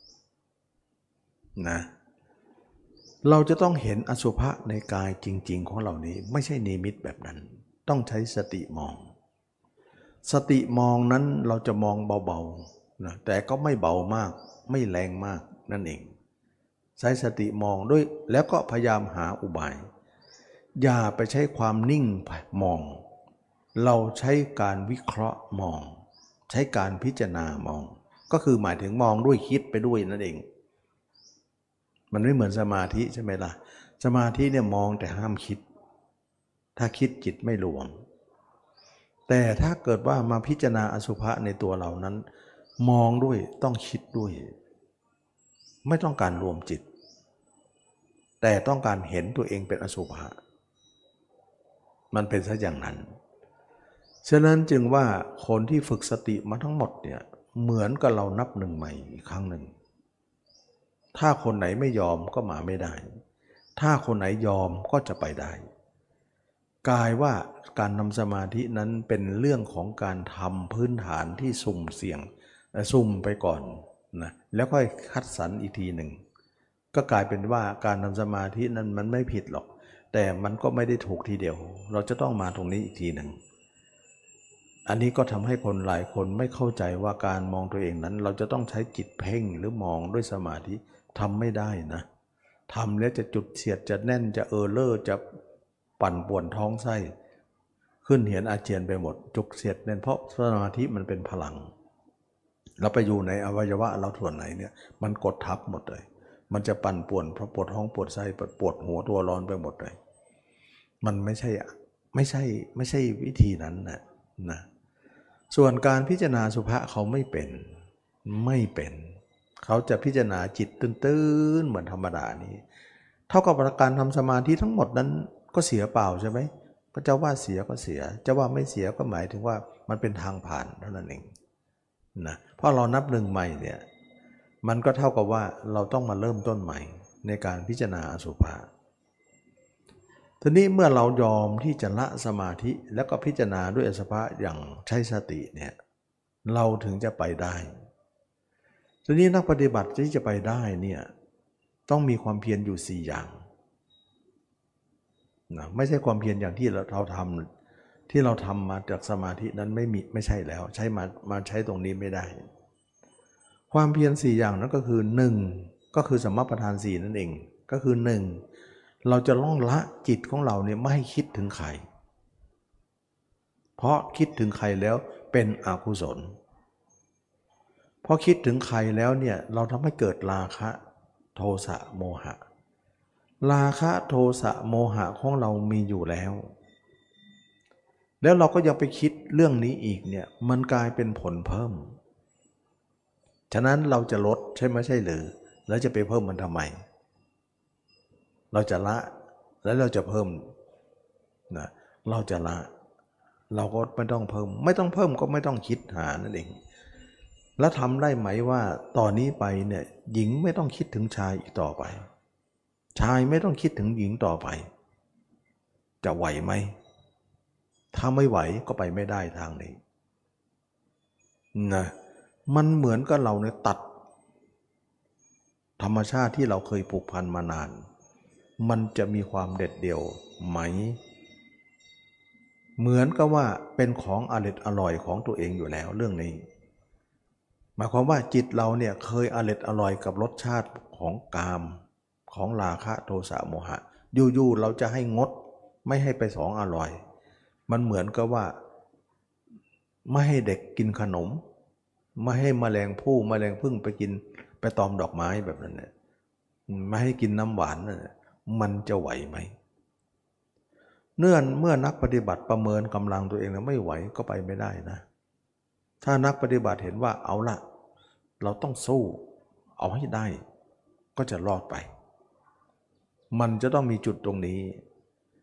นะเราจะต้องเห็นอสุภะในกายจริงๆของเรานี้ไม่ใช่นิมิตแบบนั้นต้องใช้สติมองสติมองนั้นเราจะมองเบาๆนะแต่ก็ไม่เบามากไม่แรงมากนั่นเองใช้สติมองด้วยแล้วก็พยายามหาอุบายอย่าไปใช้ความนิ่งมองเราใช้การวิเคราะห์มองใช้การพิจารณามองก็คือหมายถึงมองด้วยคิดไปด้วยนั่นเองมันไม่เหมือนสมาธิใช่ไหมล่ะสมาธิเนี่ยมองแต่ห้ามคิดถ้าคิดจิตไม่รวมแต่ถ้าเกิดว่ามาพิจารณาอสุภะในตัวเรานั้นมองด้วยต้องคิดด้วยไม่ต้องการรวมจิตแต่ต้องการเห็นตัวเองเป็นอสุภะมันเป็นซะอย่างนั้นฉะนั้นจึงว่าคนที่ฝึกสติมาทั้งหมดเนี่ยเหมือนกับเรานับหนึ่งใหม่อีกครั้งหนึ่งถ้าคนไหนไม่ยอมก็มาไม่ได้ถ้าคนไหนยอมก็จะไปได้กายว่าการทำสมาธินั้นเป็นเรื่องของการทำพื้นฐานที่สุ่มเสี่ยงสุ่มไปก่อนนะแล้วค่อยคัดสรรอีกทีหนึ่งก็กลายเป็นว่าการทำสมาธินั้นมันไม่ผิดหรอกแต่มันก็ไม่ได้ถูกทีเดียวเราจะต้องมาตรงนี้อีกทีหนึ่งอันนี้ก็ทำให้คนหลายคนไม่เข้าใจว่าการมองตัวเองนั้นเราจะต้องใช้จิตเพ่งหรือมองด้วยสมาธิทำไม่ได้นะทำแล้วจะจุดเสียดจะแน่นจะเออเลอร์จะปั่นป่วนท้องไส้ขึ้นเห็นอาเจียนไปหมดจุกเสียดแน่นเพราะสมาธิมันเป็นพลังเราไปอยู่ในอวัยวะเราส่วนไหนเนี่ยมันกดทับหมดเลยมันจะปั่นป่วนเพราะปวดท้องปวดไส้ปวดหัวตัวร้อนไปหมดเลยมันไม่ใช่ไม่ใช่ไม่ใช่วิธีนั้นนะนะส่วนการพิจารณาสุภะเขาไม่เป็นไม่เป็นเขาจะพิจารณาจิตตื้นๆเหมือนธรรมดานี้เท่ากับการทำสมาธิทั้งหมดนั้นก็เสียเปล่าใช่ไหมก็จะว่าเสียก็เสียจะว่าไม่เสียก็หมายถึงว่ามันเป็นทางผ่านเท่านั้นเองนะเพราะเรานับหนึ่งใหม่เนี่ยมันก็เท่ากับว่าเราต้องมาเริ่มต้นใหม่ในการพิจารณาอสุภะทีนี้เมื่อเรายอมที่จะละสมาธิแล้วก็พิจารณาด้วยอสุภะอย่างใช้สติเนี่ยเราถึงจะไปได้ทีนี้นักปฏิบัติที่จะไปได้เนี่ยต้องมีความเพียรอยู่สี่อย่างนะไม่ใช่ความเพียรอย่างที่เราทำที่เราทำมาจากสมาธินั้นไม่มีไม่ใช่แล้วใช้มามาใช้ตรงนี้ไม่ได้ความเพียรสี่อย่างนั้นก็คือหนึ่งก็คือสัมมาประธานสี่นั่นเองก็คือหนึ่งเราจะล่องละจิตของเราเนี่ยไม่ให้คิดถึงใครเพราะคิดถึงใครแล้วเป็นอกุศลเพราะคิดถึงใครแล้วเนี่ยเราทำให้เกิดราคะโทสะโมหะราคะโทสะโมหะของเรามีอยู่แล้วแล้วเราก็ยังไปคิดเรื่องนี้อีกเนี่ยมันกลายเป็นผลเพิ่มฉะนั้นเราจะลดใช่ไหมใช่หรือแล้วจะไปเพิ่มมันทำไมเราจะละแล้วเราจะเพิ่มนะเราจะละเราก็ไม่ต้องเพิ่มไม่ต้องเพิ่มก็ไม่ต้องคิดหานั่นเองแล้วทำได้ไหมว่าตอนนี้ไปเนี่ยหญิงไม่ต้องคิดถึงชายอีกต่อไปชายไม่ต้องคิดถึงหญิงต่อไปจะไหวไหมถ้าไม่ไหวก็ไปไม่ได้ทางนี้นะมันเหมือนกับเราเนี่ยตัดธรรมชาติที่เราเคยผูกพันมานานมันจะมีความเด็ดเดี่ยวไหมเหมือนกับว่าเป็นของอร่อยอร่อยของตัวเองอยู่แล้วเรื่องนี้หมายความว่าจิตเราเนี่ยเคยอร่อยอร่อยกับรสชาติของกามของราคะโทสะโมหะอยู่ๆเราจะให้งดไม่ให้ไปสองอร่อยมันเหมือนกับว่าไม่ให้เด็กกินขนมไม่ให้แมลงผู้แมลงผึ้งไปกินไปตอมดอกไม้แบบนั้นเนี่ยไม่ให้กินน้ำหวานนั่นมันจะไหวไหมเนื่องเมื่อนักปฏิบัติประเมินกำลังตัวเองแล้วไม่ไหวก็ไปไม่ได้นะถ้านักปฏิบัติเห็นว่าเอาละเราต้องสู้เอาให้ได้ก็จะรอดไปมันจะต้องมีจุดตรงนี้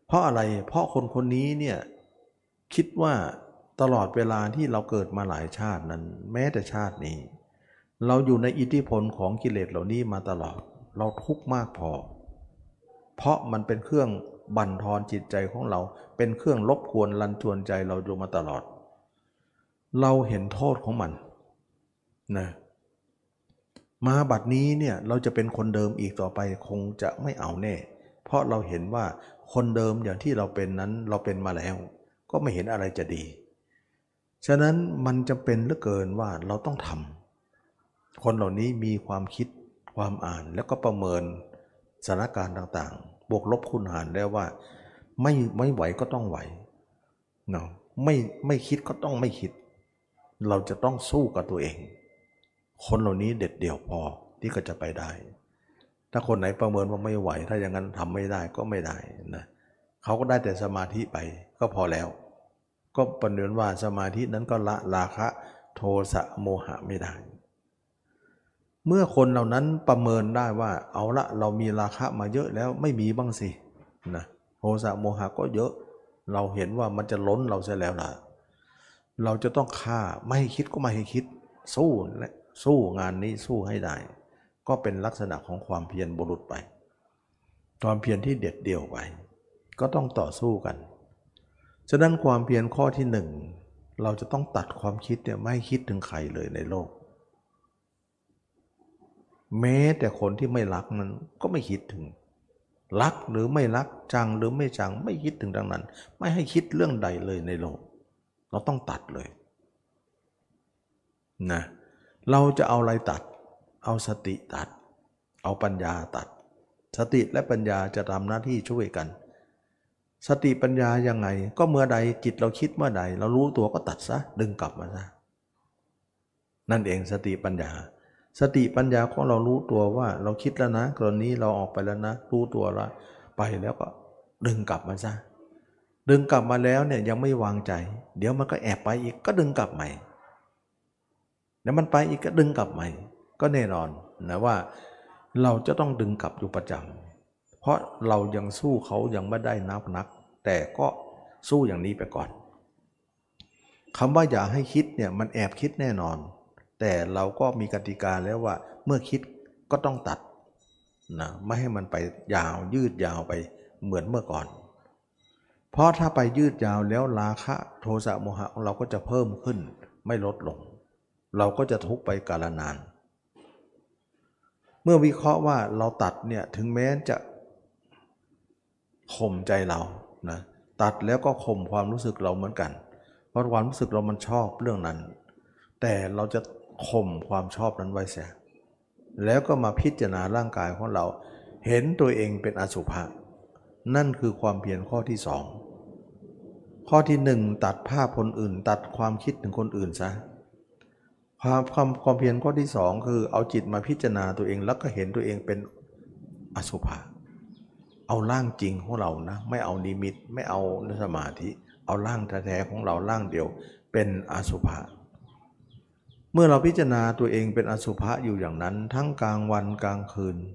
เพราะอะไรเพราะคนคนนี้เนี่ยคิดว่าตลอดเวลาที่เราเกิดมาหลายชาตินั้นแม้แต่ชาตินี้เราอยู่ในอิทธิพลของกิเลสเหล่านี้มาตลอดเราทุกข์มากพอเพราะมันเป็นเครื่องบั่นทอนจิตใจของเราเป็นเครื่องรบกวนรันจวนใจเราอยู่มาตลอดเราเห็นโทษของมันนะมาบัดนี้เนี่ยเราจะเป็นคนเดิมอีกต่อไปคงจะไม่เอาแน่เพราะเราเห็นว่าคนเดิมอย่างที่เราเป็นนั้นเราเป็นมาแล้วก็ไม่เห็นอะไรจะดีฉะนั้นมันจำเป็นเหลือเกินว่าเราต้องทำคนเหล่านี้มีความคิดความอ่านแล้วก็ประเมินสถานการณ์ต่างๆบวกลบคูณหารแล้วว่าไม่ไม่ไหวก็ต้องไหวเนาะไม่ไม่คิดก็ต้องไม่คิดเราจะต้องสู้กับตัวเองคนเหล่านี้เด็ดเดี่ยวพอที่ก็จะไปได้ถ้าคนไหนประเมินว่าไม่ไหวถ้าอย่างนั้นทำไม่ได้ก็ไม่ได้นะเขาก็ได้แต่สมาธิไปก็พอแล้วก็ประเมินว่าสมาธินั้นก็ละราคะโทสะโมหะไม่ได้เมื่อคนเหล่านั้นประเมินได้ว่าเอาละเรามีราคะมาเยอะแล้วไม่มีบ้างสินะโทสะโมหะก็เยอะเราเห็นว่ามันจะล้นเราเสียแล้วล่ะเราจะต้องฆ่าไม่ให้คิดก็ไม่ให้คิดสู้และสู้งานนี้สู้ให้ได้ก็เป็นลักษณะของความเพียรบุรุษไปความเพียรที่เด็ดเดี่ยวไปก็ต้องต่อสู้กันฉะนั้นความเพียรข้อที่หนึ่งเราจะต้องตัดความคิดเนี่ยไม่ให้คิดถึงใครเลยในโลกแม้แต่คนที่ไม่รักนั้นก็ไม่คิดถึงรักหรือไม่รักจังหรือไม่จังไม่คิดถึงดังนั้นไม่ให้คิดเรื่องใดเลยในโลกเราต้องตัดเลยนะเราจะเอาอะไรตัดเอาสติตัดเอาปัญญาตัดสติและปัญญาจะทำหน้าที่ช่วยกันสติปัญญายังไงก็เมื่อใดจิตเราคิดเมื่อใดเรารู้ตัวก็ตัดซะดึงกลับมาซะนั่นเองสติปัญญาสติปัญญาของเรารู้ตัวว่าเราคิดแล้วนะตอนนี้เราออกไปแล้วนะรู้ตัวแล้วไปแล้วก็ดึงกลับมาซะดึงกลับมาแล้วเนี่ยยังไม่วางใจเดี๋ยวมันก็แอบไปอีกก็ดึงกลับใหม่แล้วมันไปอีกก็ดึงกลับใหม่ก็แน่นอนนะว่าเราจะต้องดึงกลับอยู่ประจำเพราะเรายังสู้เขายังไม่ได้นับนักแต่ก็สู้อย่างนี้ไปก่อนคำว่าอย่าให้คิดเนี่ยมันแอบคิดแน่นอนแต่เราก็มีกติกาแล้วว่าเมื่อคิดก็ต้องตัดนะไม่ให้มันไปยาวยืดยาวไปเหมือนเมื่อก่อนเพราะถ้าไปยืดยาวแล้วราคะโทสะโมหะของเราก็จะเพิ่มขึ้นไม่ลดลงเราก็จะทุกข์ไปกาลนานเมื่อวิเคราะห์ว่าเราตัดเนี่ยถึงแม้จะข่มใจเรานะตัดแล้วก็ข่มความรู้สึกเราเหมือนกันเพราะความรู้สึกเรามันชอบเรื่องนั้นแต่เราจะข่มความชอบนั้นไว้เสียแล้วก็มาพิจารณาร่างกายของเราเห็นตัวเองเป็นอสุภะนั่นคือความเพียรข้อที่สองข้อที่หนึ่งตัดภาพคนอื่นตัดความคิดถึงคนอื่นซะความความความเพียรข้อที่สองคือเอาจิตมาพิจารณาตัวเองแล้วก็เห็นตัวเองเป็นอสุภะเอาร่างจริงของเรานะไม่เอานิมิตไม่เอาสมาธิเอาร่างแท้ๆของเราร่างเดียวเป็นอสุภะเมื่อเราพิจารณาตัวเองเป็นอสุภะอยู่อย่างนั้นทั้งกลางวันกลางคืน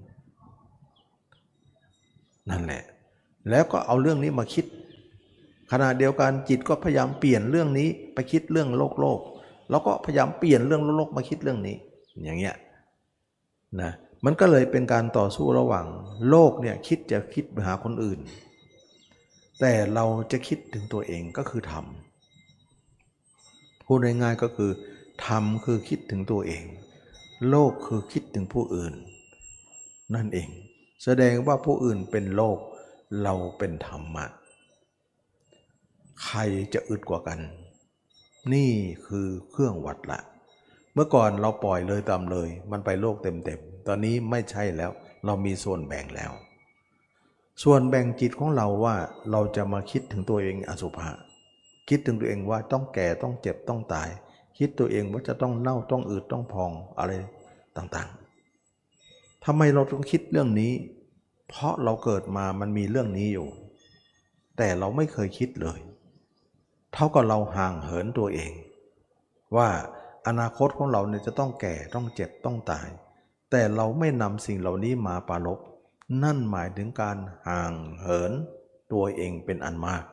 นั่นแหละแล้วก็เอาเรื่องนี้มาคิดขณะเดียวกันจิตก็พยายามเปลี่ยนเรื่องนี้ไปคิดเรื่องโลกโลกแล้วก็พยายามเปลี่ยนเรื่องโลกมาคิดเรื่องนี้อย่างเงี้ยนะมันก็เลยเป็นการต่อสู้ระหว่างโลกเนี่ยคิดจะคิดไปหาคนอื่นแต่เราจะคิดถึงตัวเองก็คือธรรมพูดง่ายๆก็คือธรรมคือคิดถึงตัวเองโลกคือคิดถึงผู้อื่นนั่นเองแสดงว่าผู้อื่นเป็นโลกเราเป็นธรรมะใครจะอึดกว่ากันนี่คือเครื่องวัดละเมื่อก่อนเราปล่อยเลยตามเลยมันไปโลกเต็มๆตอนนี้ไม่ใช่แล้วเรามีส่วนแบ่งแล้วส่วนแบ่งจิตของเราว่าเราจะมาคิดถึงตัวเองอสุภะคิดถึงตัวเองว่าต้องแก่ต้องเจ็บต้องตายคิดตัวเองว่าจะต้องเน่าต้องอืดต้องพองอะไรต่างๆทำไมเราต้องคิดเรื่องนี้เพราะเราเกิดมามันมีเรื่องนี้อยู่แต่เราไม่เคยคิดเลยเท่ากับเราห่างเหินตัวเองว่าอนาคตของเราเนี่ยจะต้องแก่ต้องเจ็บต้องตายแต่เราไม่นำสิ่งเหล่านี้มาปรารภนั่นหมายถึงการห่างเหินไปตัวเองเป็นอันมาก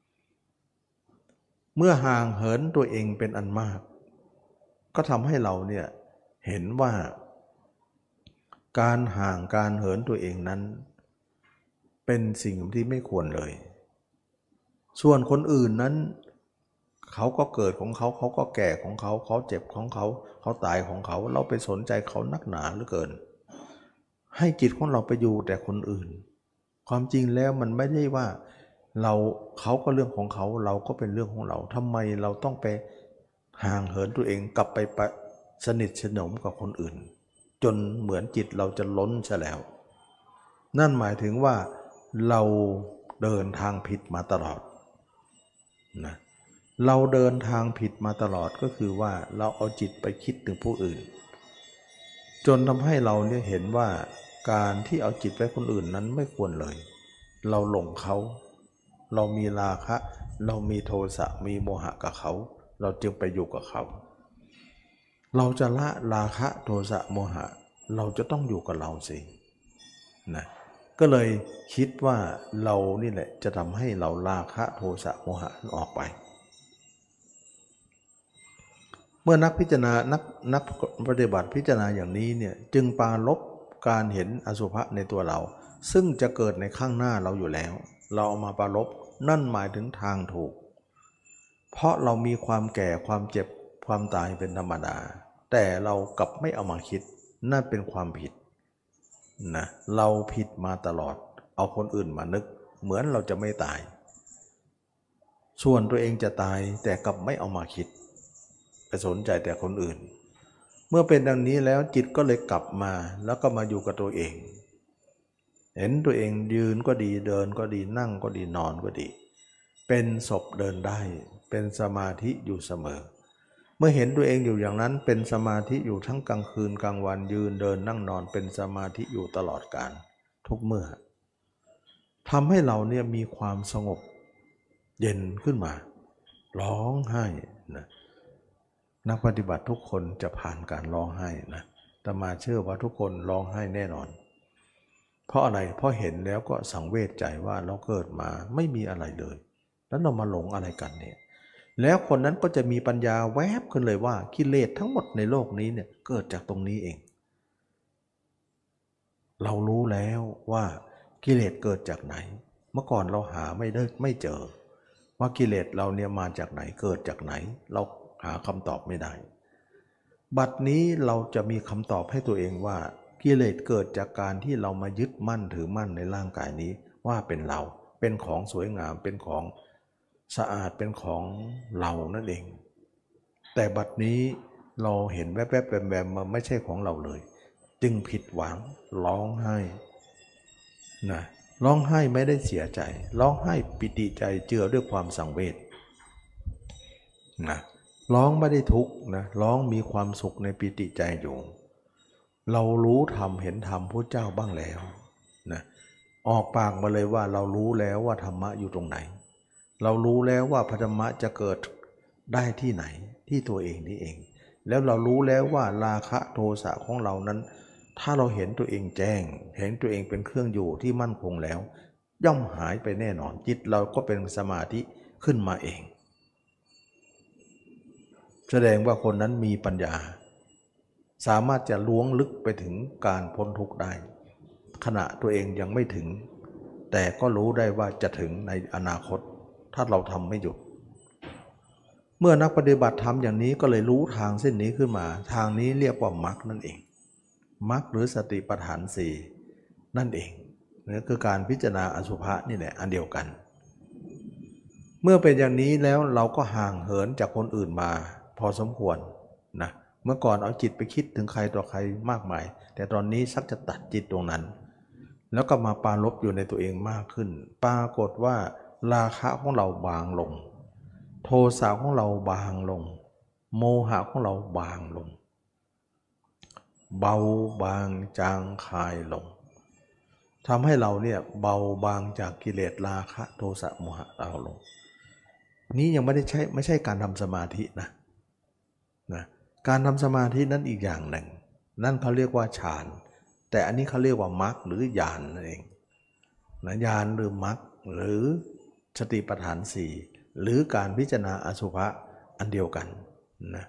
เมื่อห่างเหินตัวเองเป็นอันมากก็ทำให้เราเนี่ยเห็นว่าการห่างการเหินตัวเองนั้นเป็นสิ่งที่ไม่ควรเลยส่วนคนอื่นนั้นเขาก็เกิดของเขาเขาก็แก่ของเขาเขาเจ็บของเขาเขาตายของเขาเราไปสนใจเขานักหนาเหลือเกินให้จิตของเราไปอยู่แต่คนอื่นความจริงแล้วมันไม่ได้ว่าเราเขาก็เรื่องของเขาเราก็เป็นเรื่องของเราทำไมเราต้องไปห่างเหินตัวเองกลับไปสนิทสนมกับคนอื่นจนเหมือนจิตเราจะล้นซะแล้วนั่นหมายถึงว่าเราเดินทางผิดมาตลอดนะเราเดินทางผิดมาตลอดก็คือว่าเราเอาจิตไปคิดถึงผู้อื่นจนทำให้เราเนี่ยเห็นว่าการที่เอาจิตไปคนอื่นนั้นไม่ควรเลยเราหลงเขาเรามีราคะเรามีโทสะมีโมหะกับเขาเราจึงไปอยู่กับเขาเราจะละราคะโทสะโมหะเราจะต้องอยู่กับเราสินะก็เลยคิดว่าเรานี่แหละจะทำให้เราราคะโทสะโมหะออกไปเมื่อนักพิจารณานักนักปฏิบัติพิจารณาอย่างนี้เนี่ยจึงปราลบการเห็นอสุภะในตัวเราซึ่งจะเกิดในข้างหน้าเราอยู่แล้วเราเอามาปราลบนั่นหมายถึงทางถูกเพราะเรามีความแก่ความเจ็บความตายเป็นธรรมดาแต่เรากลับไม่เอามาคิดนั่นเป็นความผิดนะเราผิดมาตลอดเอาคนอื่นมานึกเหมือนเราจะไม่ตายส่วนตัวเองจะตายแต่กลับไม่เอามาคิดไปสนใจแต่คนอื่นเมื่อเป็นดังนี้แล้วจิตก็เลยกลับมาแล้วก็มาอยู่กับตัวเองเห็นตัวเองยืนก็ดีเดินก็ดีนั่งก็ดีนอนก็ดีเป็นศพเดินได้เป็นสมาธิอยู่เสมอเมื่อเห็นตัวเองอยู่อย่างนั้นเป็นสมาธิอยู่ทั้งกลางคืนกลางวันยืนเดินนั่งนอนเป็นสมาธิอยู่ตลอดกาลทุกเมื่อทำให้เราเนี่ยมีความสงบเย็นขึ้นมาร้องไห้นะนักปฏิบัติทุกคนจะผ่านการร้องไห้นะแต่มาเชื่อว่าทุกคนร้องไห้แน่นอนเพราะอะไรเพราะเห็นแล้วก็สังเวชใจว่าเราเกิดมาไม่มีอะไรเลยแล้วเรามาหลงอะไรกันเนี่ยแล้วคนนั้นก็จะมีปัญญาแวบขึ้นเลยว่ากิเลสทั้งหมดในโลกนี้เนี่ยเกิดจากตรงนี้เองเรารู้แล้วว่ากิเลสเกิดจากไหนเมื่อก่อนเราหาไม่ได้ไม่เจอว่ากิเลสเราเนี่ยมาจากไหนเกิดจากไหนเราหาคำตอบไม่ได้บัดนี้เราจะมีคำตอบให้ตัวเองว่ากิเลสเกิดจากการที่เรามายึดมั่นถือมั่นในร่างกายนี้ว่าเป็นเราเป็นของสวยงามเป็นของสะอาดเป็นของเรานั่นเองแต่บัดนี้เราเห็นแวบๆแวมๆมาไม่ใช่ของเราเลยจึงผิดหวังร้องไห้นะร้องไห้ไม่ได้เสียใจร้องไห้ปิติใจเจือด้วยความสังเวชนะร้องไม่ได้ทุกข์นะร้องมีความสุขในปิติใจอยู่เรารู้ธรรมเห็นธรรมพระเจ้าบ้างแล้วนะออกปากมาเลยว่าเรารู้แล้วว่าธรรมะอยู่ตรงไหนเรารู้แล้วว่าพระธรรมะจะเกิดได้ที่ไหนที่ตัวเองนี่เองแล้วเรารู้แล้วว่าราคะโทสะของเรานั้นถ้าเราเห็นตัวเองแจ้งเห็นตัวเองเป็นเครื่องอยู่ที่มั่นคงแล้วย่อมหายไปแน่นอนจิตเราก็เป็นสมาธิขึ้นมาเองแสดงว่าคนนั้นมีปัญญาสามารถจะล้วงลึกไปถึงการพ้นทุกข์ได้ขณะตัวเองยังไม่ถึงแต่ก็รู้ได้ว่าจะถึงในอนาคตถ้าเราทำไม่หยุดเมื่อนักปฏิบัติทำอย่างนี้ก็เลยรู้ทางเส้นนี้ขึ้นมาทางนี้เรียกว่ามรรคนั่นเองมรรคหรือสติปัฏฐานสี่นั่นเองนี่คือการพิจารณาอสุภะนี่แหละอันเดียวกันเมื่อเป็นอย่างนี้แล้วเราก็ห่างเหินจากคนอื่นมาพอสมควรนะเมื่อก่อนเอาจิตไปคิดถึงใครต่อใครมากมายแต่ตอนนี้ชักจะตัดจิตตรงนั้นแล้วก็มาปราลบอยู่ในตัวเองมากขึ้นปรากฏว่าราคะของเราบางลงโทสะของเราบางลงโมหะของเราบางลงเบาบางจางคายลงทำให้เราเนี่ยเบาบางจากกิเลสราคะโทสะโมหะเราลงนี้ยังไม่ได้ใช่ไม่ใช่การทำสมาธินะนะการทำสมาธินั้นอีกอย่างหนึ่งนั่นเขาเรียกว่าฌานแต่อันนี้เขาเรียกว่ามรรคหรือญาณนั่นเองนะญาณหรือมรรคหรือสติปัฏฐานสี่หรือการพิจารณาอสุภะอันเดียวกันนะ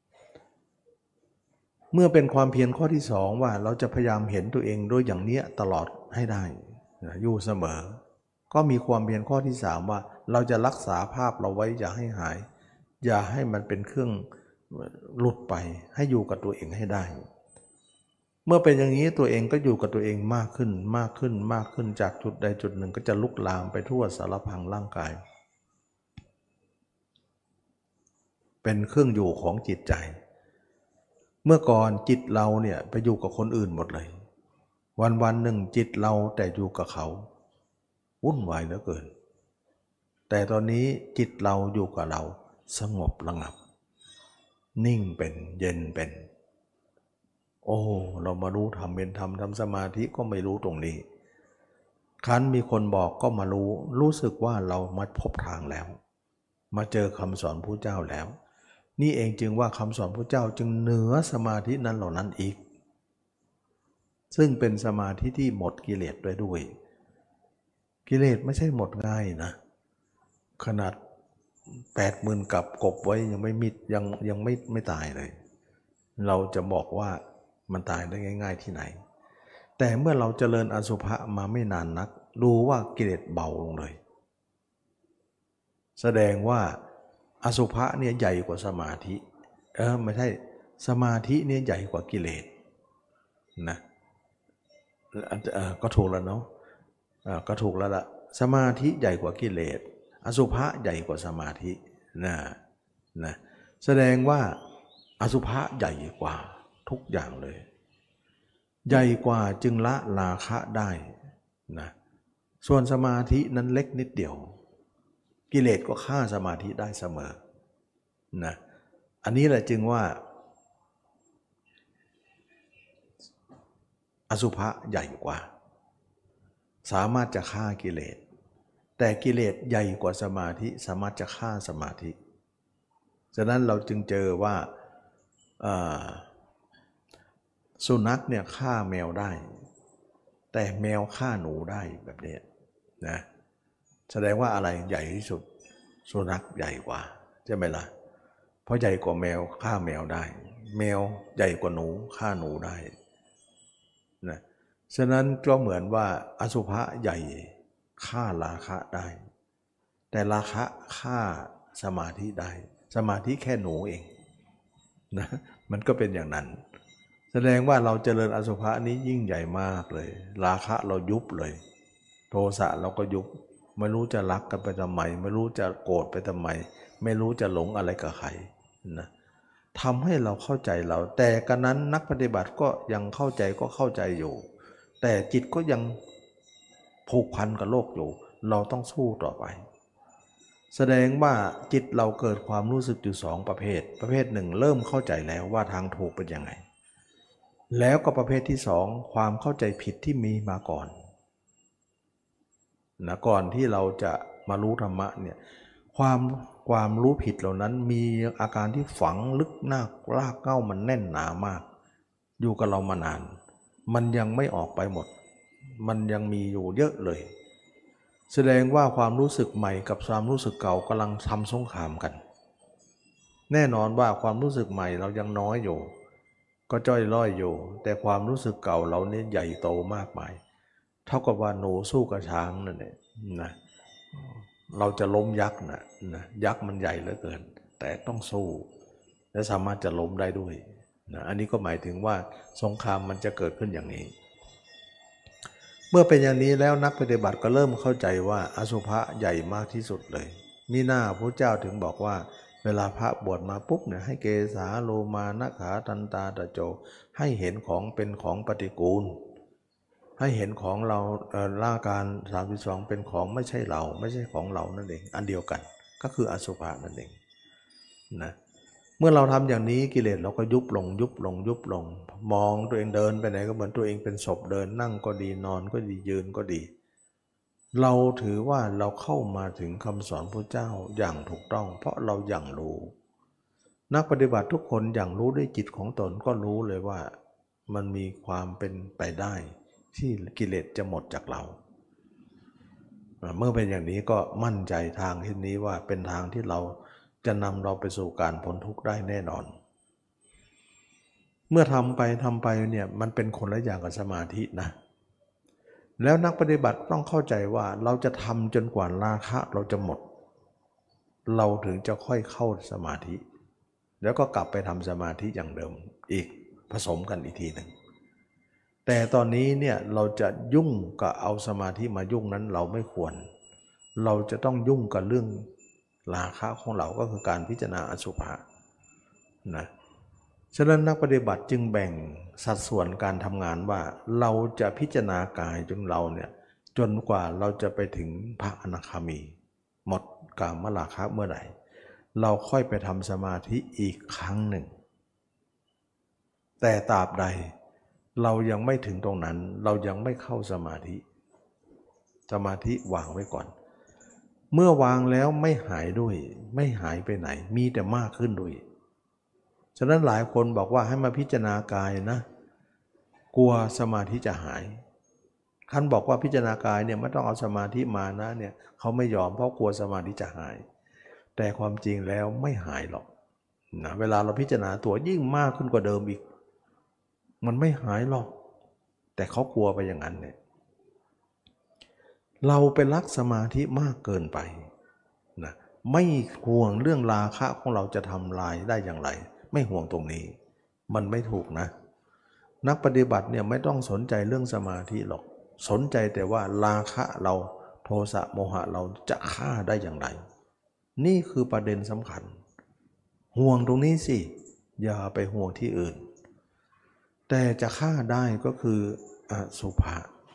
เมื่อเป็นความเพียรข้อที่สองว่าเราจะพยายามเห็นตัวเองด้วยอย่างเนี้ยตลอดให้ได้นะอยู่เสมอก็มีความเพียรข้อที่สามว่าเราจะรักษาภาพเราไว้อย่าให้หายอย่าให้มันเป็นเครื่องหลุดไปให้อยู่กับตัวเองให้ได้เมื่อเป็นอย่างนี้ตัวเองก็อยู่กับตัวเองมากขึ้นมากขึ้นมากขึ้นจากจุดใดจุดหนึ่งก็จะลุกลามไปทั่วสารพังร่างกายเป็นเครื่องอยู่ของจิตใจเมื่อก่อนจิตเราเนี่ยไปอยู่กับคนอื่นหมดเลยวันวันหนึ่งจิตเราแต่อยู่กับเขาวุ่นวายเหลือเกินแต่ตอนนี้จิตเราอยู่กับเราสงบระงับนิ่งเป็นเย็นเป็นโอ้เรามารู้ทำเป็นทำทำสมาธิก็ไม่รู้ตรงนี้ครั้นมีคนบอกก็มารู้รู้สึกว่าเรามาพบทางแล้วมาเจอคำสอนพระเจ้าแล้วนี่เองจึงว่าคำสอนพระเจ้าจึงเหนือสมาธินั้นเหล่านั้นอีกซึ่งเป็นสมาธิที่หมดกิเลสด้วยด้วยกิเลสไม่ใช่หมดง่ายนะขนาดแปดหมื่นกับกบไว้ยังไม่มิดยังยังไม่ไม่ตายเลยเราจะบอกว่ามันตายได้ง่ายๆที่ไหนแต่เมื่อเราเจริญอสุภะมาไม่นานนักดูว่ากิเลสเบาลงเลยแสดงว่าอสุภะเนี่ยใหญ่กว่าสมาธิเออไม่ใช่สมาธิเนี่ยใหญ่กว่ากิเลสนะก็ถูกแล้วเนาะก็ถูกแล้วล่ะสมาธิใหญ่กว่ากิเลสอสุภะใหญ่กว่าสมาธินะนะแสดงว่าอสุภะใหญ่กว่าทุกอย่างเลยใหญ่กว่าจึงละราคะได้นะส่วนสมาธินั้นเล็กนิดเดียวกิเลสก็ฆ่าสมาธิได้เสมอนะอันนี้แหละจึงว่าอสุภะใหญ่กว่าสามารถจะฆ่ากิเลสแต่กิเลสใหญ่กว่าสมาธิสามารถจะฆ่าสมาธิฉะนั้นเราจึงเจอว่าสุนัขเนี่ยฆ่าแมวได้แต่แมวฆ่าหนูได้แบบนี้นะแสดงว่าอะไรใหญ่ที่สุดสุนัขใหญ่กว่าใช่ไหมล่ะเพราะใหญ่กว่าแมวฆ่าแมวได้แมวใหญ่กว่าหนูฆ่าหนูได้นะฉะนั้นก็เหมือนว่าอสุภะใหญ่ฆ่าราคะได้แต่ราคะฆ่าสมาธิได้สมาธิแค่หนูเองนะมันก็เป็นอย่างนั้นแสดงว่าเราเจริญอสุภะนี้ยิ่งใหญ่มากเลยราคะเรายุบเลยโทสะเราก็ยุบไม่รู้จะรักกันไปทำไมไม่รู้จะโกรธไปทำไมไม่รู้จะหลงอะไรกับใครนะทำให้เราเข้าใจเราแต่กันนั้นนักปฏิบัติก็ยังเข้าใจก็เข้าใจอยู่แต่จิตก็ยังผูกพันกับโลกอยู่เราต้องสู้ต่อไปแสดงว่าจิตเราเกิดความรู้สึกอยู่สองประเภทประเภทหนึ่งเริ่มเข้าใจแล้วว่าทางถูกเป็นยังไงแล้วก็ประเภทที่สองความเข้าใจผิดที่มีมาก่อนนะก่อนที่เราจะมารู้ธรรมะเนี่ยความความรู้ผิดเหล่านั้นมีอาการที่ฝังลึกหน้ารากเหง้ามันแน่นหนามากอยู่กับเรามานานมันยังไม่ออกไปหมดมันยังมีอยู่เยอะเลยแสดงว่าความรู้สึกใหม่กับความรู้สึกเก่ากำลังทำสงครามกันแน่นอนว่าความรู้สึกใหม่เรายังน้อยอยู่ก็จ้อยล่อยอยู่แต่ความรู้สึกเก่าเราเนี่ยใหญ่โตมากมายเท่ากับว่าหนูสู้กับช้างนั่นเองนะเราจะล้มยักษ์นะนะยักษ์มันใหญ่เหลือเกินแต่ต้องสู้และสามารถจะล้มได้ด้วยนะอันนี้ก็หมายถึงว่าสงครามมันจะเกิดขึ้นอย่างนี้เมื่อเป็นอย่างนี้แล้วนักปฏิบัติก็เริ่มเข้าใจว่าอสุภะใหญ่มากที่สุดเลยมีหน้าพระเจ้าถึงบอกว่าเวลาพระบวชมาปุ๊บเนี่ยให้เกสาโลมานะขาทันตาตะโจให้เห็นของเป็นของปฏิกูลให้เห็นของเราร่างการสามสิบสองเป็นของไม่ใช่เราไม่ใช่ของเรานั่นเองอันเดียวกันก็คืออสุภะนั่นเองนะเมื่อเราทำอย่างนี้กิเลสเราก็ยุบลงยุบลงยุบลงมองตัวเองเดินไปไหนก็เหมือนตัวเองเป็นศพเดินนั่งก็ดีนอนก็ดียืนก็ดีเราถือว่าเราเข้ามาถึงคำสอนพระเจ้าอย่างถูกต้องเพราะเราอย่างรู้นักปฏิบัติทุกคนอย่างรู้ด้วยจิตของตนก็รู้เลยว่ามันมีความเป็นไปได้ที่กิเลสจะหมดจากเราเมื่อเป็นอย่างนี้ก็มั่นใจทางที่นี้ว่าเป็นทางที่เราจะนำเราไปสู่การพ้นทุกข์ได้แน่นอนเมื่อทำไปทำไปเนี่ยมันเป็นคนละอย่างกับสมาธินะแล้วนักปฏิบัติต้องเข้าใจว่าเราจะทำจนกว่าราคะเราจะหมดเราถึงจะค่อยเข้าสมาธิแล้วก็กลับไปทำสมาธิอย่างเดิมอีกผสมกันอีกทีหนึ่งแต่ตอนนี้เนี่ยเราจะยุ่งกับเอาสมาธิมายุ่งนั้นเราไม่ควรเราจะต้องยุ่งกับเรื่องราคะของเราก็คือการพิจารณาอสุภะนะฉะนั้นนักปฏิบัติจึงแบ่งสัดส่วนการทำงานว่าเราจะพิจารณากายจนเราเนี่ยจนกว่าเราจะไปถึงพระอนาคามีหมดกามราคะเมื่อไหร่เราค่อยไปทำสมาธิอีกครั้งหนึ่งแต่ตราบใดเรายังไม่ถึงตรงนั้นเรายังไม่เข้าสมาธิสมาธิวางไว้ก่อนเมื่อวางแล้วไม่หายด้วยไม่หายไปไหนมีแต่มากขึ้นด้วยฉะนั้นหลายคนบอกว่าให้มาพิจารณากายนะกลัวสมาธิจะหายท่านบอกว่าพิจารณากายเนี่ยไม่ต้องเอาสมาธิมานะเนี่ยเขาไม่ยอมเพราะกลัวสมาธิจะหายแต่ความจริงแล้วไม่หายหรอกนะเวลาเราพิจารณาตัวยิ่งมากขึ้นกว่าเดิมอีกมันไม่หายหรอกแต่เขากลัวไปอย่างนั้นเนี่ยเราไปรักสมาธิมากเกินไปนะไม่ห่วงเรื่องราคะของเราจะทำลายได้อย่างไรไม่ห่วงตรงนี้มันไม่ถูกนะนักปฏิบัติเนี่ยไม่ต้องสนใจเรื่องสมาธิหรอกสนใจแต่ว่าราคะเราโทสะโมหะเราจะฆ่าได้อย่างไรนี่คือประเด็นสำคัญห่วงตรงนี้สิอย่าไปห่วงที่อื่นแต่จะฆ่าได้ก็คืออสุภะ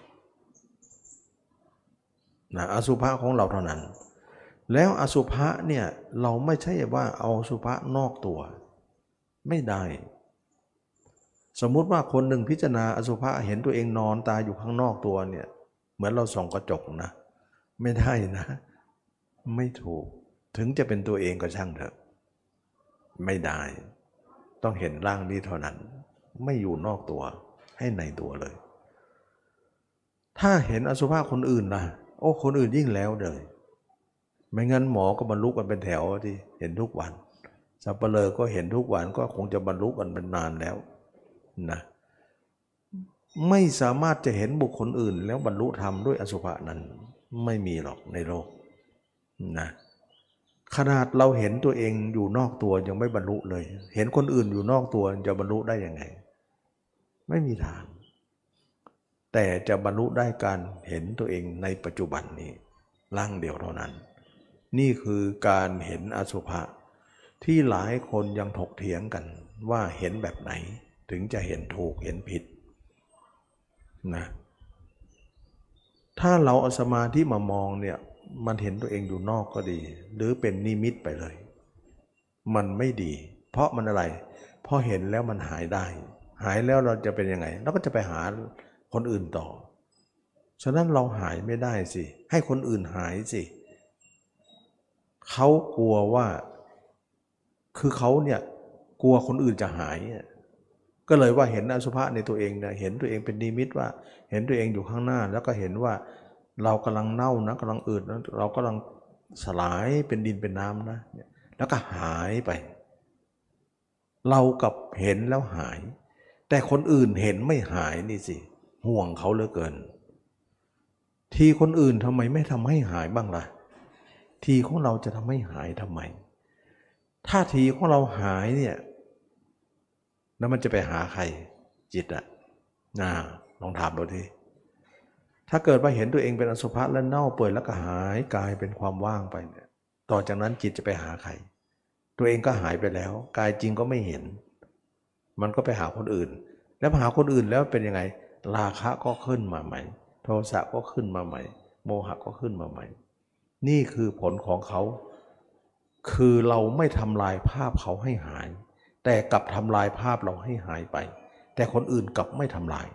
นะอสุภะของเราเท่านั้นแล้วอสุภะเนี่ยเราไม่ใช่ว่าเอาอสุภะนอกตัวไม่ได้สมมุติว่าคนหนึ่งพิจารณาอสุภะเห็นตัวเองนอนตายอยู่ข้างนอกตัวเนี่ยเหมือนเราส่องกระจกนะไม่ได้นะไม่ถูกถึงจะเป็นตัวเองก็ช่างเถอะไม่ได้ต้องเห็นร่างนี้เท่านั้นไม่อยู่นอกตัวให้ในตัวเลยถ้าเห็นอสุภะคนอื่นนะโอ้คนอื่นยิ่งแล้วเลยไม่งั้นหมอก็บรรลุกันเป็นแถวที่เห็นทุกวันสัปเหร่อก็เห็นทุกวันก็คงจะบรรลุกันเป็นนานแล้วนะไม่สามารถจะเห็นบุคคลอื่นแล้วบรรลุธรรมด้วยอสุภะนั้นไม่มีหรอกในโลกนะขนาดเราเห็นตัวเองอยู่นอกตัวยังไม่บรรลุเลยเห็นคนอื่นอยู่นอกตัวจะบรรลุได้ยังไงไม่มีทางแต่จะบรรลุได้การเห็นตัวเองในปัจจุบันนี้ร่างเดียวเท่านั้นนี่คือการเห็นอสุภะที่หลายคนยังถกเถียงกันว่าเห็นแบบไหนถึงจะเห็นถูกเห็นผิดนะถ้าเราเอาสมาธิมามองเนี่ยมันเห็นตัวเองอยู่นอกก็ดีหรือเป็นนิมิตไปเลยมันไม่ดีเพราะมันอะไรพอเห็นแล้วมันหายได้หายแล้วเราจะเป็นยังไงเราก็จะไปหาคนอื่นต่อฉะนั้นเราหายไม่ได้สิให้คนอื่นหายสิเขากลัวว่าคือเขาเนี่ยกลัวคนอื่นจะหายก็เลยว่าเห็นอสุภะในตัวเองเนี่ยเห็นตัวเองเป็นนิมิตว่าเห็นตัวเองอยู่ข้างหน้าแล้วก็เห็นว่าเรากำลังเน่านะกำลังอืดนะเรากำลังสลายเป็นดินเป็นน้ำนะแล้วก็หายไปเรากับเห็นแล้วหายแต่คนอื่นเห็นไม่หายนี่สิห่วงเขาเหลือเกินทีคนอื่นทำไมไม่ทำให้หายบ้างล่ะทีของเราจะทำให้หายทำไมถ้าทีของเราหายเนี่ยแล้วมันจะไปหาใครจิตอะน่าลองถามดูทีถ้าเกิดว่าเห็นตัวเองเป็นอสุภะแล้วเน่าเปื่อยแล้วก็หายกลายเป็นความว่างไปเนี่ยต่อจากนั้นจิตจะไปหาใครตัวเองก็หายไปแล้วกายจริงก็ไม่เห็นมันก็ไปหาคนอื่นแล้วหาคนอื่นแล้วเป็นยังไงราคะก็ขึ้นมาใหม่โทสะก็ขึ้นมาใหม่โมหะก็ขึ้นมาใหม่นี่คือผลของเขาคือเราไม่ทำลายภาพเขาให้หายแต่กลับทำลายภาพเราให้หายไปแต่คนอื่นกลับไม่ทำลาย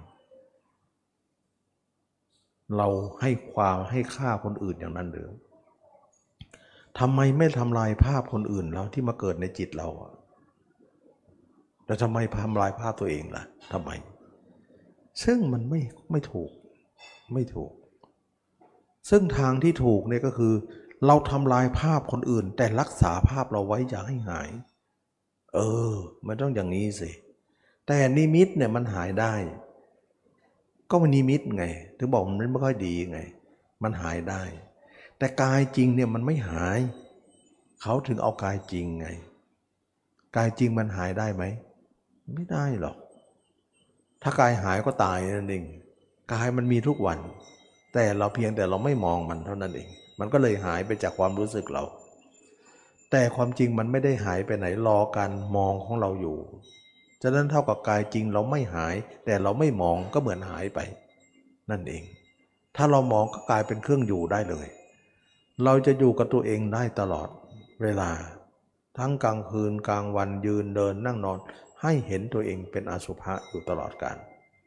เราให้ความให้ค่าคนอื่นอย่างนั้นหรือทำไมไม่ทำลายภาพคนอื่นแล้วที่มาเกิดในจิตเราแต่ทำไมทำลายภาพตัวเองล่ะทำไมซึ่งมันไม่ไม่ถูกไม่ถูกซึ่งทางที่ถูกเนี่ยก็คือเราทำลายภาพคนอื่นแต่รักษาภาพเราไว้อย่าให้หายเออมันต้องอย่างนี้สิแต่นิมิตเนี่ยมันหายได้ก็มันนิมิตไงถึงบอกมันไม่ค่อยดีไงมันหายได้แต่กายจริงเนี่ยมันไม่หายเขาถึงเอากายจริงไงกายจริงมันหายได้ไหมไม่ได้หรอกถ้ากายหายก็ตายนั่นเองกายมันมีทุกวันแต่เราเพียงแต่เราไม่มองมันเท่านั้นเองมันก็เลยหายไปจากความรู้สึกเราแต่ความจริงมันไม่ได้หายไปไหนรอการมองของเราอยู่ฉะนั้นเท่ากับกายจริงเราไม่หายแต่เราไม่มองก็เหมือนหายไปนั่นเองถ้าเรามองก็กลายเป็นเครื่องอยู่ได้เลยเราจะอยู่กับตัวเองได้ตลอดเวลาทั้งกลางคืนกลางวันยืนเดินนั่งนอนให้เห็นตัวเองเป็นอสุภะอยู่ตลอดกาล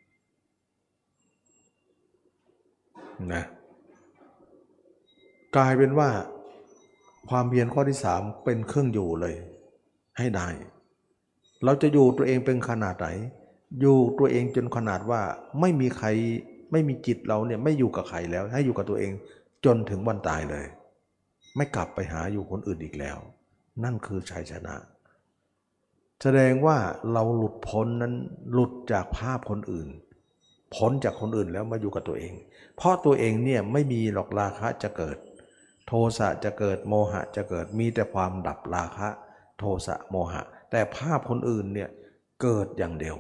นะกลายเป็นว่าความเพียรข้อที่สามเป็นเครื่องอยู่เลยให้ได้เราจะอยู่ตัวเองเป็นขนาดไหนอยู่ตัวเองจนขนาดว่าไม่มีใครไม่มีจิตเราเนี่ยไม่อยู่กับใครแล้วให้อยู่กับตัวเองจนถึงวันตายเลยไม่กลับไปหาอยู่คนอื่นอีกแล้วนั่นคือชัยชนะแสดงว่าเราหลุดพ้นนั้นหลุดจากภาพคนอื่นพ้นจากคนอื่นแล้วมาอยู่กับตัวเองเพราะตัวเองเนี่ยไม่มีหรอกราคะจะเกิดโทสะจะเกิดโมหะจะเกิดมีแต่ความดับราคะโทสะโมหะแต่ภาพคนอื่นเนี่ยเกิดอย่างเดียว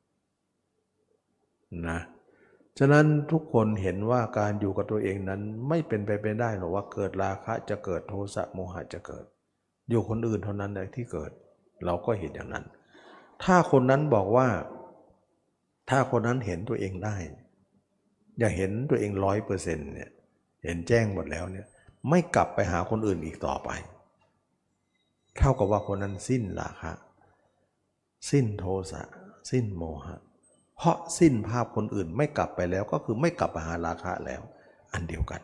นะฉะนั้นทุกคนเห็นว่าการอยู่กับตัวเองนั้นไม่เป็นไปไม่ได้หรอกว่าเกิดราคะจะเกิดโทสะโมหะจะเกิดอยู่คนอื่นเท่านั้นแหละที่เกิดเราก็เห็นอย่างนั้นถ้าคนนั้นบอกว่าถ้าคนนั้นเห็นตัวเองได้อย่าเห็นตัวเองร้อยเปอร์เซ็นต์เนี่ยเห็นแจ้งหมดแล้วเนี่ยไม่กลับไปหาคนอื่นอีกต่อไปเท่ากับว่าคนนั้นสิ้นราคะสิ้นโทสะสิ้นโมหะเพราะสิ้นภาพคนอื่นไม่กลับไปแล้วก็คือไม่กลับไปหาราคะแล้วอันเดียวกัน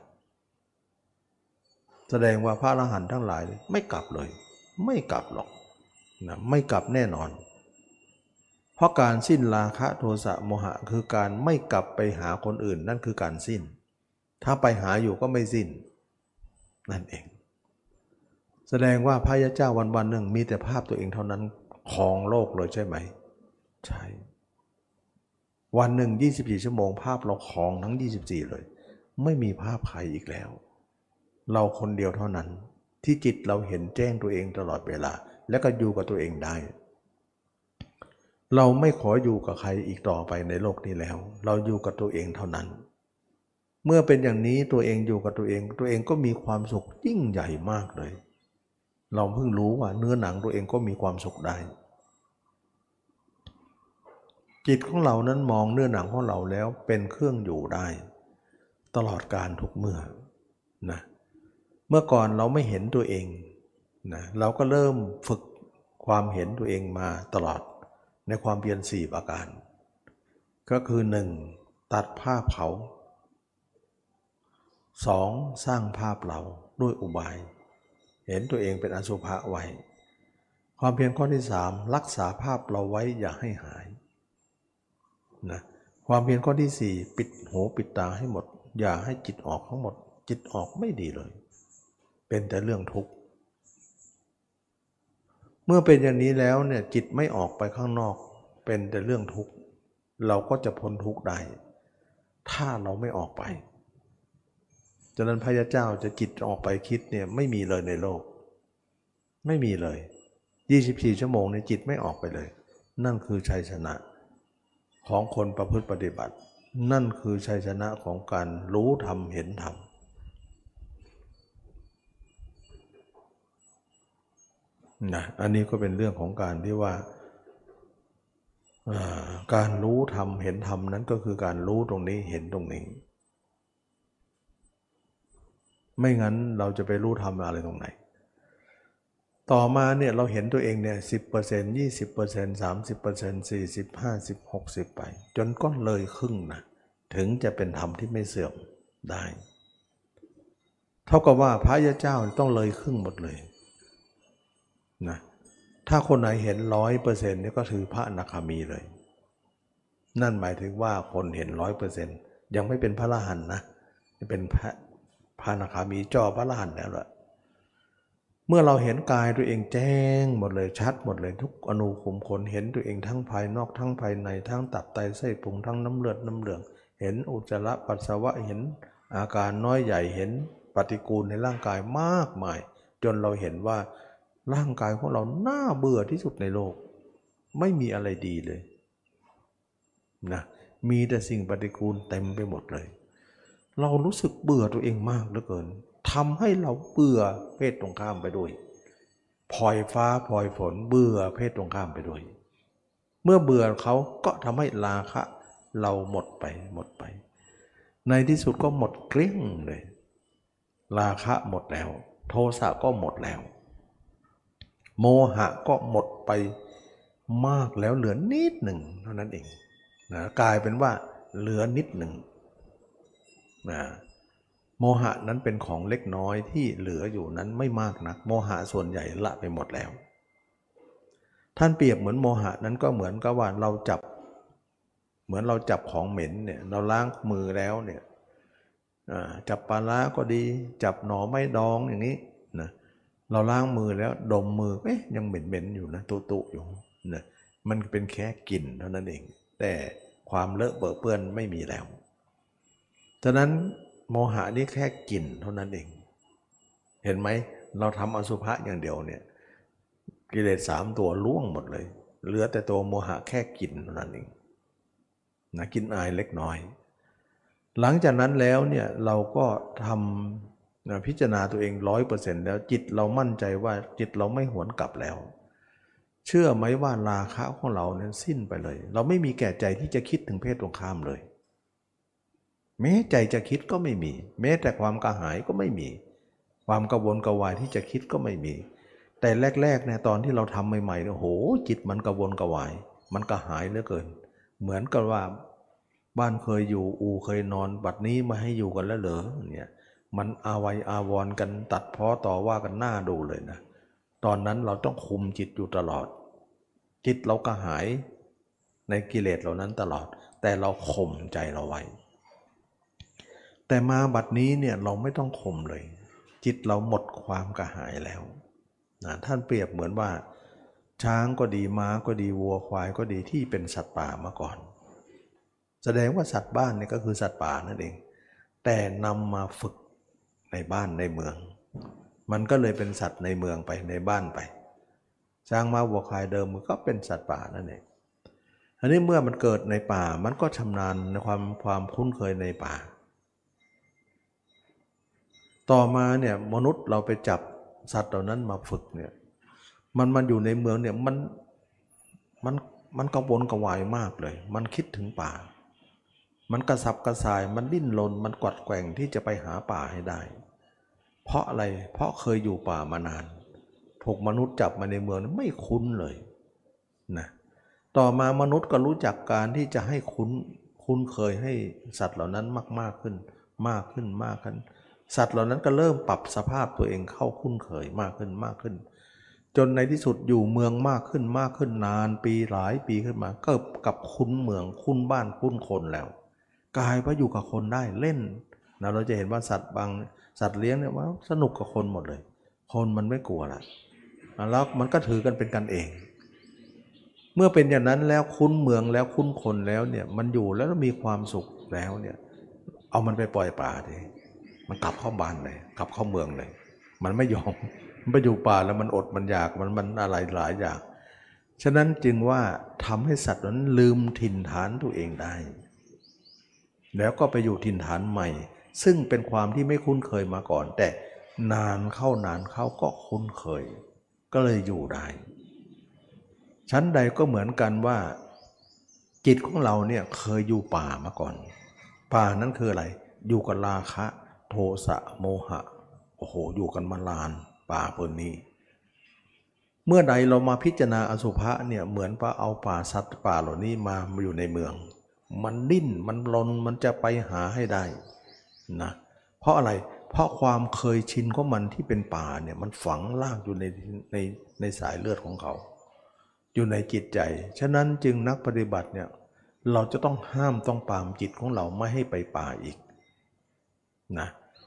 แสดงว่าพระอรหันต์ทั้งหลายไม่กลับเลยไม่กลับหรอกนะไม่กลับแน่นอนเพราะการสิ้นราคะโทสะโมหะคือการไม่กลับไปหาคนอื่นนั่นคือการสิ้นถ้าไปหาอยู่ก็ไม่สิ้นนั่นเองแสดงว่าพระยาเจ้าวันวันหนึ่งมีแต่ภาพตัวเองเท่านั้นครองโลกเลยใช่ไหมใช่วันหนึ่งยี่สิบสี่ชั่วโมงภาพเราครองทั้งยี่สิบสี่เลยไม่มีภาพใครอีกแล้วเราคนเดียวเท่านั้นที่จิตเราเห็นแจ้งตัวเองตลอดเวลาและก็อยู่กับตัวเองได้เราไม่ขออยู่กับใครอีกต่อไปในโลกนี้แล้วเราอยู่กับตัวเองเท่านั้นเมื่อเป็นอย่างนี้ตัวเองอยู่กับตัวเองตัวเองก็มีความสุขยิ่งใหญ่มากเลยเราเพิ่งรู้ว่าเนื้อหนังตัวเองก็มีความสุขได้จิตของเรานั้นมองเนื้อหนังของเราแล้วเป็นเครื่องอยู่ได้ตลอดกาลทุกเมื่อนะเมื่อก่อนเราไม่เห็นตัวเองนะเราก็เริ่มฝึกความเห็นตัวเองมาตลอดในความเพียรสี่ประการก็คือหนึ่งตัดภาพเขาสองสร้างภาพเราด้วยอุบายเห็นตัวเองเป็นอสุภะไว้ความเพียรข้อที่สามรักษาภาพเราไว้อย่าให้หายนะความเพียรข้อที่สี่ปิดหูปิดตาให้หมดอย่าให้จิตออกทั้งหมดจิตออกไม่ดีเลยเป็นแต่เรื่องทุกข์เมื่อเป็นอย่างนี้แล้วเนี่ยจิตไม่ออกไปข้างนอกเป็นแต่เรื่องทุกข์เราก็จะพ้นทุกข์ได้ถ้าเราไม่ออกไปฉะนั้นพระยาเจ้าจะจิตออกไปคิดเนี่ยไม่มีเลยในโลกไม่มีเลยยี่สิบสี่ชั่วโมงในจิตไม่ออกไปเลยนั่นคือชัยชนะของคนประพฤติปฏิบัตินั่นคือชัยชนะของการรู้ธรรมเห็นธรรมนะอันนี้ก็เป็นเรื่องของการที่ว่าการรู้ธรรมเห็นธรรมนั้นก็คือการรู้ตรงนี้เห็นตรงนี้ไม่งั้นเราจะไปรู้ธรรมอะไรตรงไหนต่อมาเนี่ยเราเห็นตัวเองเนี่ยสิบเปอร์เซ็นต์ยี่สิบเปอร์เซ็นต์สามสิบเปอร์เซ็นต์สี่สิบห้าสิบหกสิบไปจนก็เลยครึ่งนะถึงจะเป็นธรรมที่ไม่เสื่อมได้เท่ากับว่าพระยาเจ้าต้องเลยครึ่งหมดเลยนะถ้าคนไหนเห็นร้อยเปอร์เซ็นต์นี่ก็ถือพระอนาคามีเลยนั่นหมายถึงว่าคนเห็นร้อยเปอร์เซ็นต์ยังไม่เป็นพระอรหันต์นะเป็นพระพระอนาคามีจ่อพระอรหันต์แล้วล่ะเมื่อเราเห็นกายตัวเองแจ้งหมดเลยชัดหมดเลยทุกอนูขุมขนเห็นตัวเองทั้งภายนอกทั้งภายในทั้งตับไตไส้พุงทั้งน้ำเลือดน้ำเหลืองเห็นอุจจาระปัสสาวะเห็นอาการน้อยใหญ่เห็นปฏิกูลในร่างกายมากมายจนเราเห็นว่าร่างกายของเราน่าเบื่อที่สุดในโลกไม่มีอะไรดีเลยนะมีแต่สิ่งปฏิกูลเต็มไปหมดเลยเรารู้สึกเบื่อตัวเองมากเหลือเกินทำให้เราเบื่อเพศตรงข้ามไปด้วยพลอยฟ้าพลอยฝนเบื่อเพศตรงข้ามไปด้วยเมื่อเบื่อเขาก็ทำให้ราคะเราหมดไปหมดไปในที่สุดก็หมดเกลี้ยงเลยราคะหมดแล้วโทสะก็หมดแล้วโมหะก็หมดไปมากแล้วเหลือนิดหนึ่งเท่านั้นเองนะกลายเป็นว่าเหลือนิดหนึ่งนะโมหะนั้นเป็นของเล็กน้อยที่เหลืออยู่นั้นไม่มากนักโมหะส่วนใหญ่ละไปหมดแล้วท่านเปรียบเหมือนโมหะนั้นก็เหมือนกับว่าเราจับเหมือนเราจับของเหม็นเนี่ยเราล้างมือแล้วเนี่ยจับปลาร้าก็ดีจับหน่อไม้ดองอย่างนี้นะเราล้างมือแล้วดมมือเอ๊ะยังเหม็นๆอยู่นะตุๆอยู่นะมันเป็นแค่กลิ่นเท่านั้นเองแต่ความเลอะเปื้อนไม่มีแล้วฉะนั้นโมหะนี่แค่กลิ่นเท่านั้นเองเห็นไหมเราทำอสุภะอย่างเดียวเนี่ยกิเลสสามตัวล่วงหมดเลยเหลือแต่ตัวโมหะแค่กลิ่นเท่านั้นเองนะกลิ่นอายเล็กน้อยหลังจากนั้นแล้วเนี่ยเราก็ทำนะพิจารณาตัวเองร้อยเปอร์เซ็นต์แล้วจิตเรามั่นใจว่าจิตเราไม่หวนกลับแล้วเชื่อไหมว่าราคะของเราเนี่ยสิ้นไปเลยเราไม่มีแก่ใจที่จะคิดถึงเพศตรงข้ามเลยแม้ใจจะคิดก็ไม่มีแม้แต่ความกระหายก็ไม่มีความกระวนกระวายที่จะคิดก็ไม่มีแต่แรกๆเนี่ยตอนที่เราทำใหม่ๆเนี่ยโหจิตมันกระวนกระวายมันกระหายเหลือเกินเหมือนกับว่าบ้านเคยอยู่อูเคยนอนบัดนี้มาให้อยู่กันแล้วเหรอเนี่ยมันอาวัยอาวรณ์กันตัดพ้อต่อว่ากันหน้าดูเลยนะตอนนั้นเราต้องคุมจิตอยู่ตลอดจิตเรากระหายในกิเลสเหล่านั้นตลอดแต่เราข่มใจเราไว้แต่มาบัดนี้เนี่ยเราไม่ต้องข่มเลยจิตเราหมดความกระหายแล้วนะท่านเปรียบเหมือนว่าช้างก็ดีม้าก็ดีวัวควายก็ดีที่เป็นสัตว์ป่ามาก่อนแสดงว่าสัตว์บ้านนี่ก็คือสัตว์ป่านั่นเองแต่นำมาฝึกในบ้านในเมืองมันก็เลยเป็นสัตว์ในเมืองไปในบ้านไปช้างม้าวัวควายเดิมมันก็เป็นสัตว์ป่านั่นเองอันนี้เมื่อมันเกิดในป่ามันก็ชำนาญในความความคุ้นเคยในป่าต่อมาเนี่ยมนุษย์เราไปจับสัตว์เหล่านั้นมาฝึกเนี่ยมันมันอยู่ในเมืองเนี่ยมันมันมันกระวนกระวายมากเลยมันคิดถึงป่ามันกระสับกระส่ายมันดิ้นรนมันกวัดแกว่งที่จะไปหาป่าให้ได้เพราะอะไรเพราะเคยอยู่ป่ามานานถูกมนุษย์จับมาในเมืองไม่คุ้นเลยนะต่อมามนุษย์ก็รู้จักการที่จะให้คุ้นคุ้นเคยให้สัตว์เหล่านั้นมากๆขึ้นมากขึ้นมากขึ้นสัตว์เหล่านั้นก็เริ่มปรับสภาพตัวเองเข้าคุ้นเคยมากขึ้นมากขึ้นจนในที่สุดอยู่เมืองมากขึ้นมากขึ้นนานปีหลายปีขึ้นมาก็กับคุ้นเมืองคุ้นบ้านคุ้นคนแล้วกลายว่าอยู่กับคนได้เล่นนะเราจะเห็นว่าสัตว์บางสัตว์เลี้ยงเนี่ยว่าสนุกกับคนหมดเลยคนมันไม่กลัวละแล้วมันก็ถือกันเป็นกันเองเมื่อเป็นอย่างนั้นแล้วคุ้นเมืองแล้วคุ้นคนแล้วเนี่ยมันอยู่แล้วมีความสุขแล้วเนี่ยเอามันไปปล่อยป่าดิมันกลับเข้าบ้านเลยกลับเข้าเมืองเลยมันไม่ยอมมันไปอยู่ป่าแล้วมันอดมันอยากมันมันอะไรหลายอย่างฉะนั้นจึงว่าทำให้สัตว์นั้นลืมถิ่นฐานตัวเองได้แล้วก็ไปอยู่ถิ่นฐานใหม่ซึ่งเป็นความที่ไม่คุ้นเคยมาก่อนแต่นานเข้านานเข้าก็คุ้นเคยก็เลยอยู่ได้ชั้นใดก็เหมือนกันว่าจิตของเราเนี่ยเคยอยู่ป่ามาก่อนป่านั้นคืออะไรอยู่กับราคะโทสะโมหะโอ้โหอยู่กันมาลานป่าเปิ่นนี้เมื่อใดเรามาพิจารณาอสุภะเนี่ยเหมือนว่าเอาป่าสัตว์ป่าเหล่านี้มามาอยู่ในเมืองมันดิ้นมันรนมันจะไปหาให้ได้นะเพราะอะไรเพราะความเคยชินของมันที่เป็นป่าเนี่ยมันฝังลากอยู่ในในในสายเลือดของเขาอยู่ในจิตใจฉะนั้นจึงนักปฏิบัติเนี่ยเราจะต้องห้ามต้องปรามจิตของเราไม่ให้ไปป่าอีกนะ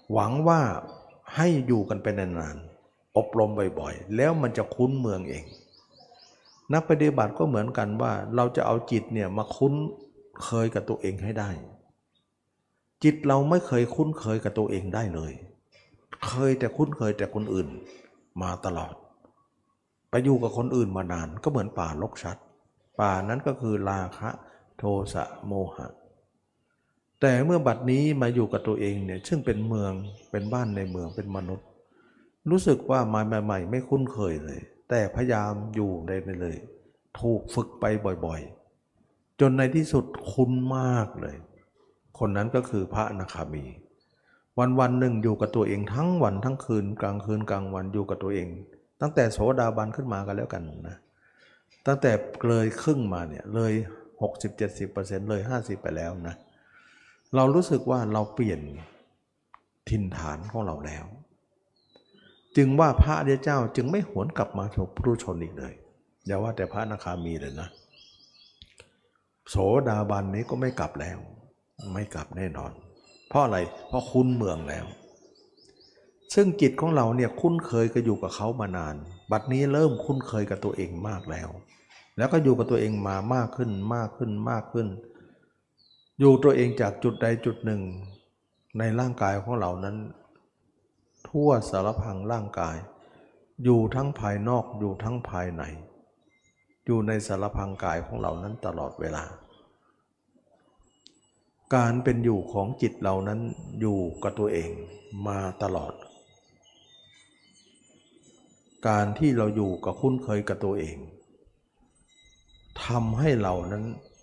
หวังว่าให้อยู่กันเป็นนานๆอบรมบ่อยๆแล้วมันจะคุ้นเมืองเองนักปฏิบัติก็เหมือนกันว่าเราจะเอาจิตเนี่ยมาคุ้นเคยกับตัวเองให้ได้จิตเราไม่เคยคุ้นเคยกับตัวเองได้เลยเคยแต่คุ้นเคยแต่คนอื่นมาตลอดไปอยู่กับคนอื่นมานานก็เหมือนป่ารกชัดป่านั้นก็คือราคะโทสะโมหะแต่เมื่อบัดนี้มาอยู่กับตัวเองเนี่ยซึ่งเป็นเมืองเป็นบ้านในเมืองเป็นมนุษย์รู้สึกว่ามาใหม่ๆไม่คุ้นเคยเลยแต่พยายามอยู่ได้เลยถูกฝึกไปบ่อยๆจนในที่สุดคุ้นมากเลยคนนั้นก็คือพระอนาคามีวันวันหนึ่งอยู่กับตัวเองทั้งวันทั้งคืนกลางคืนกลางวันอยู่กับตัวเองตั้งแต่โสดาบันขึ้นมากันแล้วกันนะตั้งแต่เลยครึ่งมาเนี่ยเลย หกสิบเจ็ดสิบเปอร์เซ็นต์ เลยห้าสิบไปแล้วนะเรารู้สึกว่าเราเปลี่ยนถิ่นฐานของเราแล้วจึงว่าพระอริยเจ้าจึงไม่หวนกลับมาสู่ปุถุชนอีกเลยอย่าว่าแต่พระอนาคามีเลยนะโสดาบันนี้ก็ไม่กลับแล้วไม่กลับแน่นอนเพราะอะไรเพราะคุ้นเมืองแล้วซึ่งจิตของเราเนี่ยคุ้นเคยกับอยู่กับเขามานานบัดนี้เริ่มคุ้นเคยกับตัวเองมากแล้วแล้วก็อยู่กับตัวเองมามากขึ้นมากขึ้นมากขึ้นอยู่ตัวเองจากจุดใดจุดหนึ่งในร่างกายของเรานั้นทั่วสารพังร่างกายอยู่ทั้งภายนอกอยู่ทั้งภายในอยู่ในสารพังกายของเรานั้นตลอดเวลาการเป็นอยู่ของจิตเรานั้นอยู่กับตัวเองมาตลอดการที่เราอยู่กับคุ้นเคยกับตัวเองทำให้เรานั้น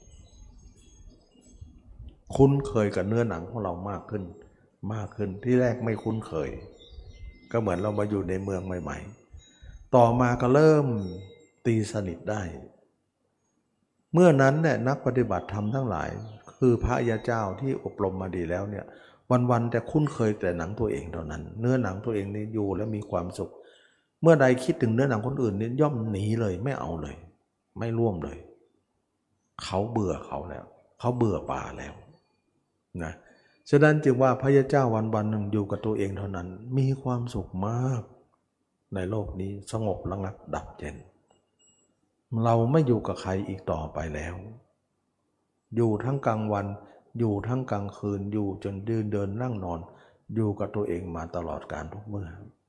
คุ้นเคยกับเนื้อหนังของเรามากขึ้นมากขึ้นที่แรกไม่คุ้นเคยก็เหมือนเรามาอยู่ในเมืองใหม่ๆต่อมาก็เริ่มตีสนิทได้เมื่อนั้นเนี่ยนักปฏิบัติธรรมทั้งหลายคือพระอริยเจ้าที่อบรมมาดีแล้วเนี่ยวันๆแต่คุ้นเคยแต่หนังตัวเองเท่านั้นเนื้อหนังตัวเองนี่อยู่แล้วมีความสุขเมื่อใดคิดถึงเนื้อหนังคนอื่นนี่ย่อมหนีเลยไม่เอาเลยไม่ร่วมเลยเขาเบื่อเขาแล้วเขาเบื่อป่าแล้วนะฉะนั้นจึงว่าพระยาเจ้าวันวันหนึ่งอยู่กับตัวเองเท่านั้นมีความสุขมากในโลกนี้สงบระงับดับเย็นเราไม่อยู่กับใครอีกต่อไปแล้วอยู่ทั้งกลางวันอยู่ทั้งกลางคืนอยู่จนเดินเดินนั่งนอนอยู่กับตัวเองมาตลอดกาลทุกเมื่อ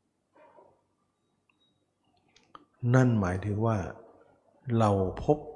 นั่นหมายถึงว่าเราพบ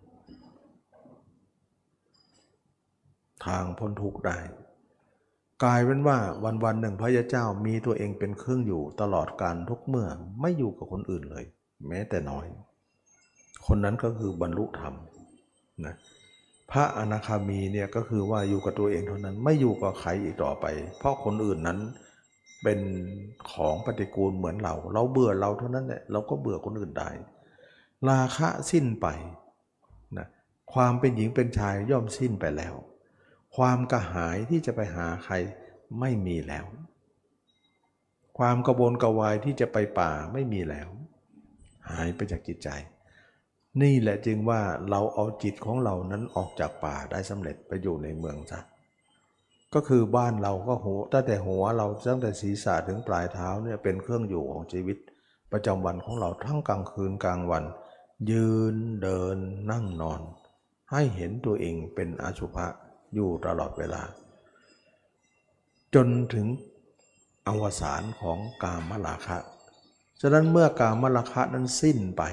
ทางพ้นทุกข์ได้กลายเป็นว่าวันวันหนึ่งพระยาเจ้ามีตัวเองเป็นเครื่องอยู่ตลอดกาลทุกเมื่อไม่อยู่กับคนอื่นเลยแม้แต่น้อยคนนั้นก็คือบรรลุธรรมนะพระอนาคามีเนี่ยก็คือว่าอยู่กับตัวเองเท่านั้นไม่อยู่กับใครอีกต่อไปเพราะคนอื่นนั้นเป็นของปฏิกูลเหมือนเราเราเบื่อเราเท่านั้นแหละเราก็เบื่อคนอื่นได้ราคะสิ้นไปนะความเป็นหญิงเป็นชายย่อมสิ้นไปแล้วความกระหายที่จะไปหาใครไม่มีแล้วความกระวนกระวายที่จะไปป่าไม่มีแล้วหายไปจากจิตใจนี่แหละจึงว่าเราเอาจิตของเรานั้นออกจากป่าได้สำเร็จไปอยู่ในเมืองซะก็คือบ้านเราก็หัวตั้งแต่หัวเราตั้งแต่ศีรษะถึงปลายเท้าเนี่ยเป็นเครื่องอยู่ของชีวิตประจำวันของเราทั้งกลางคืนกลางวันยืนเดินนั่งนอนให้เห็นตัวเองเป็นอสุภะอยู่ตลอดเวลาจนถึงอวสานของกามราคะฉะนั้นเมื่อกามราคะนั้นสิ้นไป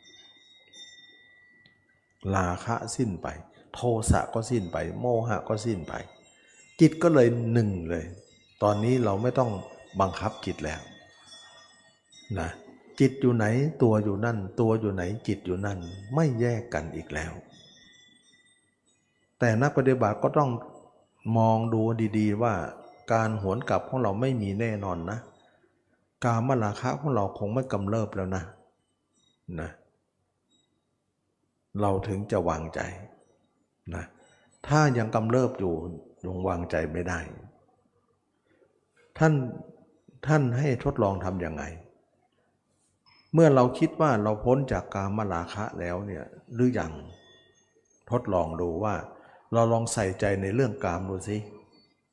ราคะสิ้นไปโทสะก็สิ้นไปโมหะก็สิ้นไปจิตก็เลยหนึ่งเลยตอนนี้เราไม่ต้องบังคับจิตแล้วนะจิตอยู่ไหนตัวอยู่นั่นตัวอยู่ไหนจิตอยู่นั่นไม่แยกกันอีกแล้วแต่นักปฏิบัติก็ต้องมองดูดีๆว่าการหวนกลับของเราไม่มีแน่นอนนะกามราคะของเราคงไม่กำเริบแล้วนะนะเราถึงจะวางใจนะถ้ายังกำเริบอยู่ยังวางใจไม่ได้ท่านท่านให้ทดลองทำยังไงเมื่อเราคิดว่าเราพ้นจากกามราคะแล้วเนี่ยหรือยังทดลองดูว่าเราลองใส่ใจในเรื่องกามดูสิ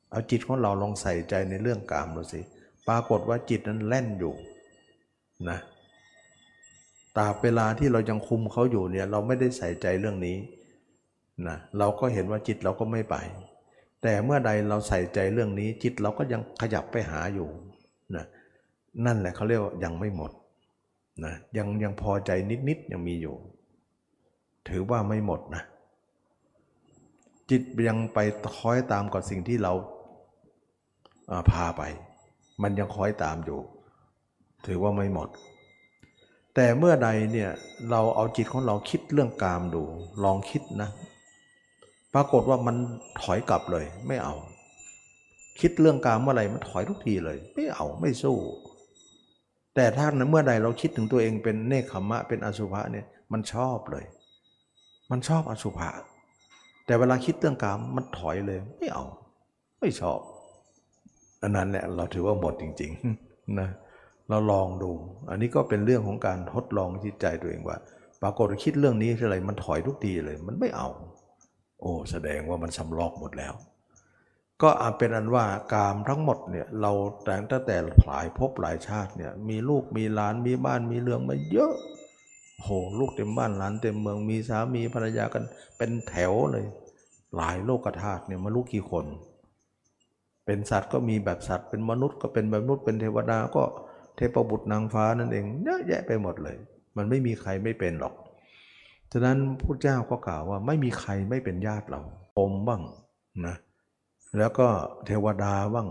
เอาจิตของเราลองใส่ใจในเรื่องกามดูสิปรากฏว่าจิตนั้นแล่นอยู่นะตราบเวลาที่เรายังคุมเขาอยู่เนี่ยเราไม่ได้ใส่ใจเรื่องนี้นะเราก็เห็นว่าจิตเราก็ไม่ไปแต่เมื่อใดเราใส่ใจเรื่องนี้จิตเราก็ยังขยับไปหาอยู่นะนั่นแหละเขาเรียกว่ายังไม่หมดนะยังยังพอใจนิดๆยังมีอยู่ถือว่าไม่หมดนะจิตยังไปคล้อยตามกับสิ่งที่เราพาไปมันยังคล้อยตามอยู่ถือว่าไม่หมดแต่เมื่อใดเนี่ยเราเอาจิตของเราคิดเรื่องกามดูลองคิดนะปรากฏว่ามันถอยกลับเลยไม่เอาคิดเรื่องกามเมื่อไหร่มันถอยทุกทีเลยไม่เอาไม่สู้แต่ถ้าเมื่อใดเราคิดถึงตัวเองเป็นเนคขมะเป็นอสุภะเนี่ยมันชอบเลยมันชอบอสุภะแต่เวลาคิดเรื่องกามมันถอยเลยไม่เอาไม่ชอบอันนั้นแหละเราถือว่าหมดจริงๆนะเราลองดูอันนี้ก็เป็นเรื่องของการทดลองจิตใจตัวเองว่าปรากฏว่าคิดเรื่องนี้อะไรมันถอยทุกทีเลยมันไม่เอาโอ้แสดงว่ามันสำลอกหมดแล้วก็อาจเป็นอันว่ากามทั้งหมดเนี่ยเราแต่ตั้งแต่หลายภพหลายชาติเนี่ยมีลูกมีหลานมีบ้านมีเรือนมาเยอะโหลูกเต็มบ้านหลานเต็มเมืองมีสามีภรรยากันเป็นแถวเลยหลายโลกธาตุเนี่ยมาลูกกี่คนเป็นสัตว์ก็มีแบบสัตว์เป็นมนุษย์ก็เป็นแบบมนุษย์เป็นเทวดาก็เทพบุตรนางฟ้านั่นเองเยอะแยะไปหมดเลยมันไม่มีใครไม่เป็นหรอกฉะนั้นพุทธเจ้าก็กล่าวว่าไม่มีใครไม่เป็นญาติเราพรหมบ้างนะแล้วก็เทวดาบ้าง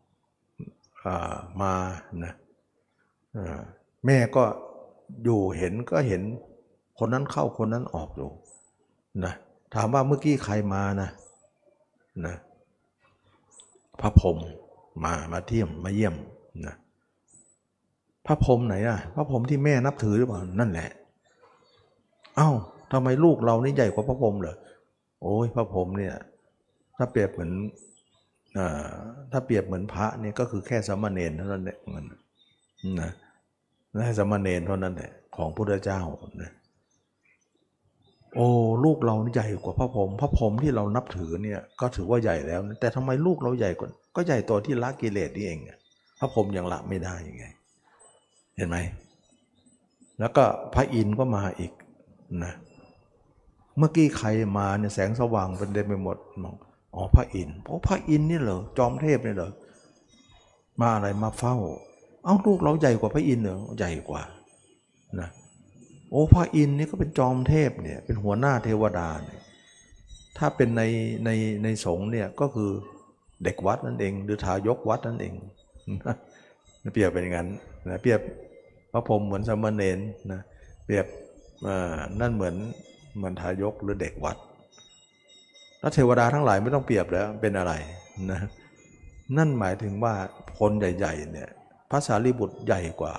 มานะแม่ก็อยู่เห็นก็เห็นคนนั้นเข้าคนนั้นออกอยู่นะถามว่าเมื่อกี้ใครมานะนะพระพรหมมามาเที่ยมมาเยี่ยมนะพระพรหมไหนอ่ะพระพรหมที่แม่นับถือหรือเปล่านั่นแหละเอ้าทำไมลูกเรานี่ใหญ่กว่าพระพรหมเหรอโอ้ยพระพรหมเนี่ยถ้าเปรียบเหมือนถ้าเปรียบเหมือนพระเนี่ยก็คือแค่สามเณรเท่านั้นแหละมันนะแค่สามเณรเท่านั้นแหละของพุทธเจ้านะโอ้ลูกเรานี่ใหญ่กว่าพระพรหมพระพรหมที่เรานับถือเนี่ยก็ถือว่าใหญ่แล้วแต่ทำไมลูกเราใหญ่กว่าก็ใหญ่ตัวที่ละกิเลสนี่เองพระพรหมยังละไม่ได้ยังไงเห็นไหมแล้วก็พระอินทร์ก็มาอีกนะเมื่อกี้ใครมาเนี่ยแสงสว่างเป็นเต็มไปหมดอ๋อพระอินทร์เพราะพระอินทร์นี่เหรอจอมเทพนี่เหรอมาอะไรมาเฝ้าเอ้าลูกเราใหญ่กว่าพระอินทร์เหรอใหญ่กว่านะโอ้พระอินทร์นี่ก็เป็นจอมเทพเนี่ยเป็นหัวหน้าเทวดาเนี่ยถ้าเป็นในในในสงฆ์เนี่ยก็คือเด็กวัดนั่นเองหรือทายกวัดนั่นเองเปรียบเป็นอย่างนั้นนะเปรียบพระพรหมเหมือนสามเณรนะเปรียบนั่นเหมือนเหมือนทายกหรือเด็กวัดแล้วเทวดาทั้งหลายไม่ต้องเปรียบแล้วเป็นอะไรนะนั่นหมายถึงว่าคนใหญ่ๆเนี่ยพระสารีบุตรใหญ่กว่า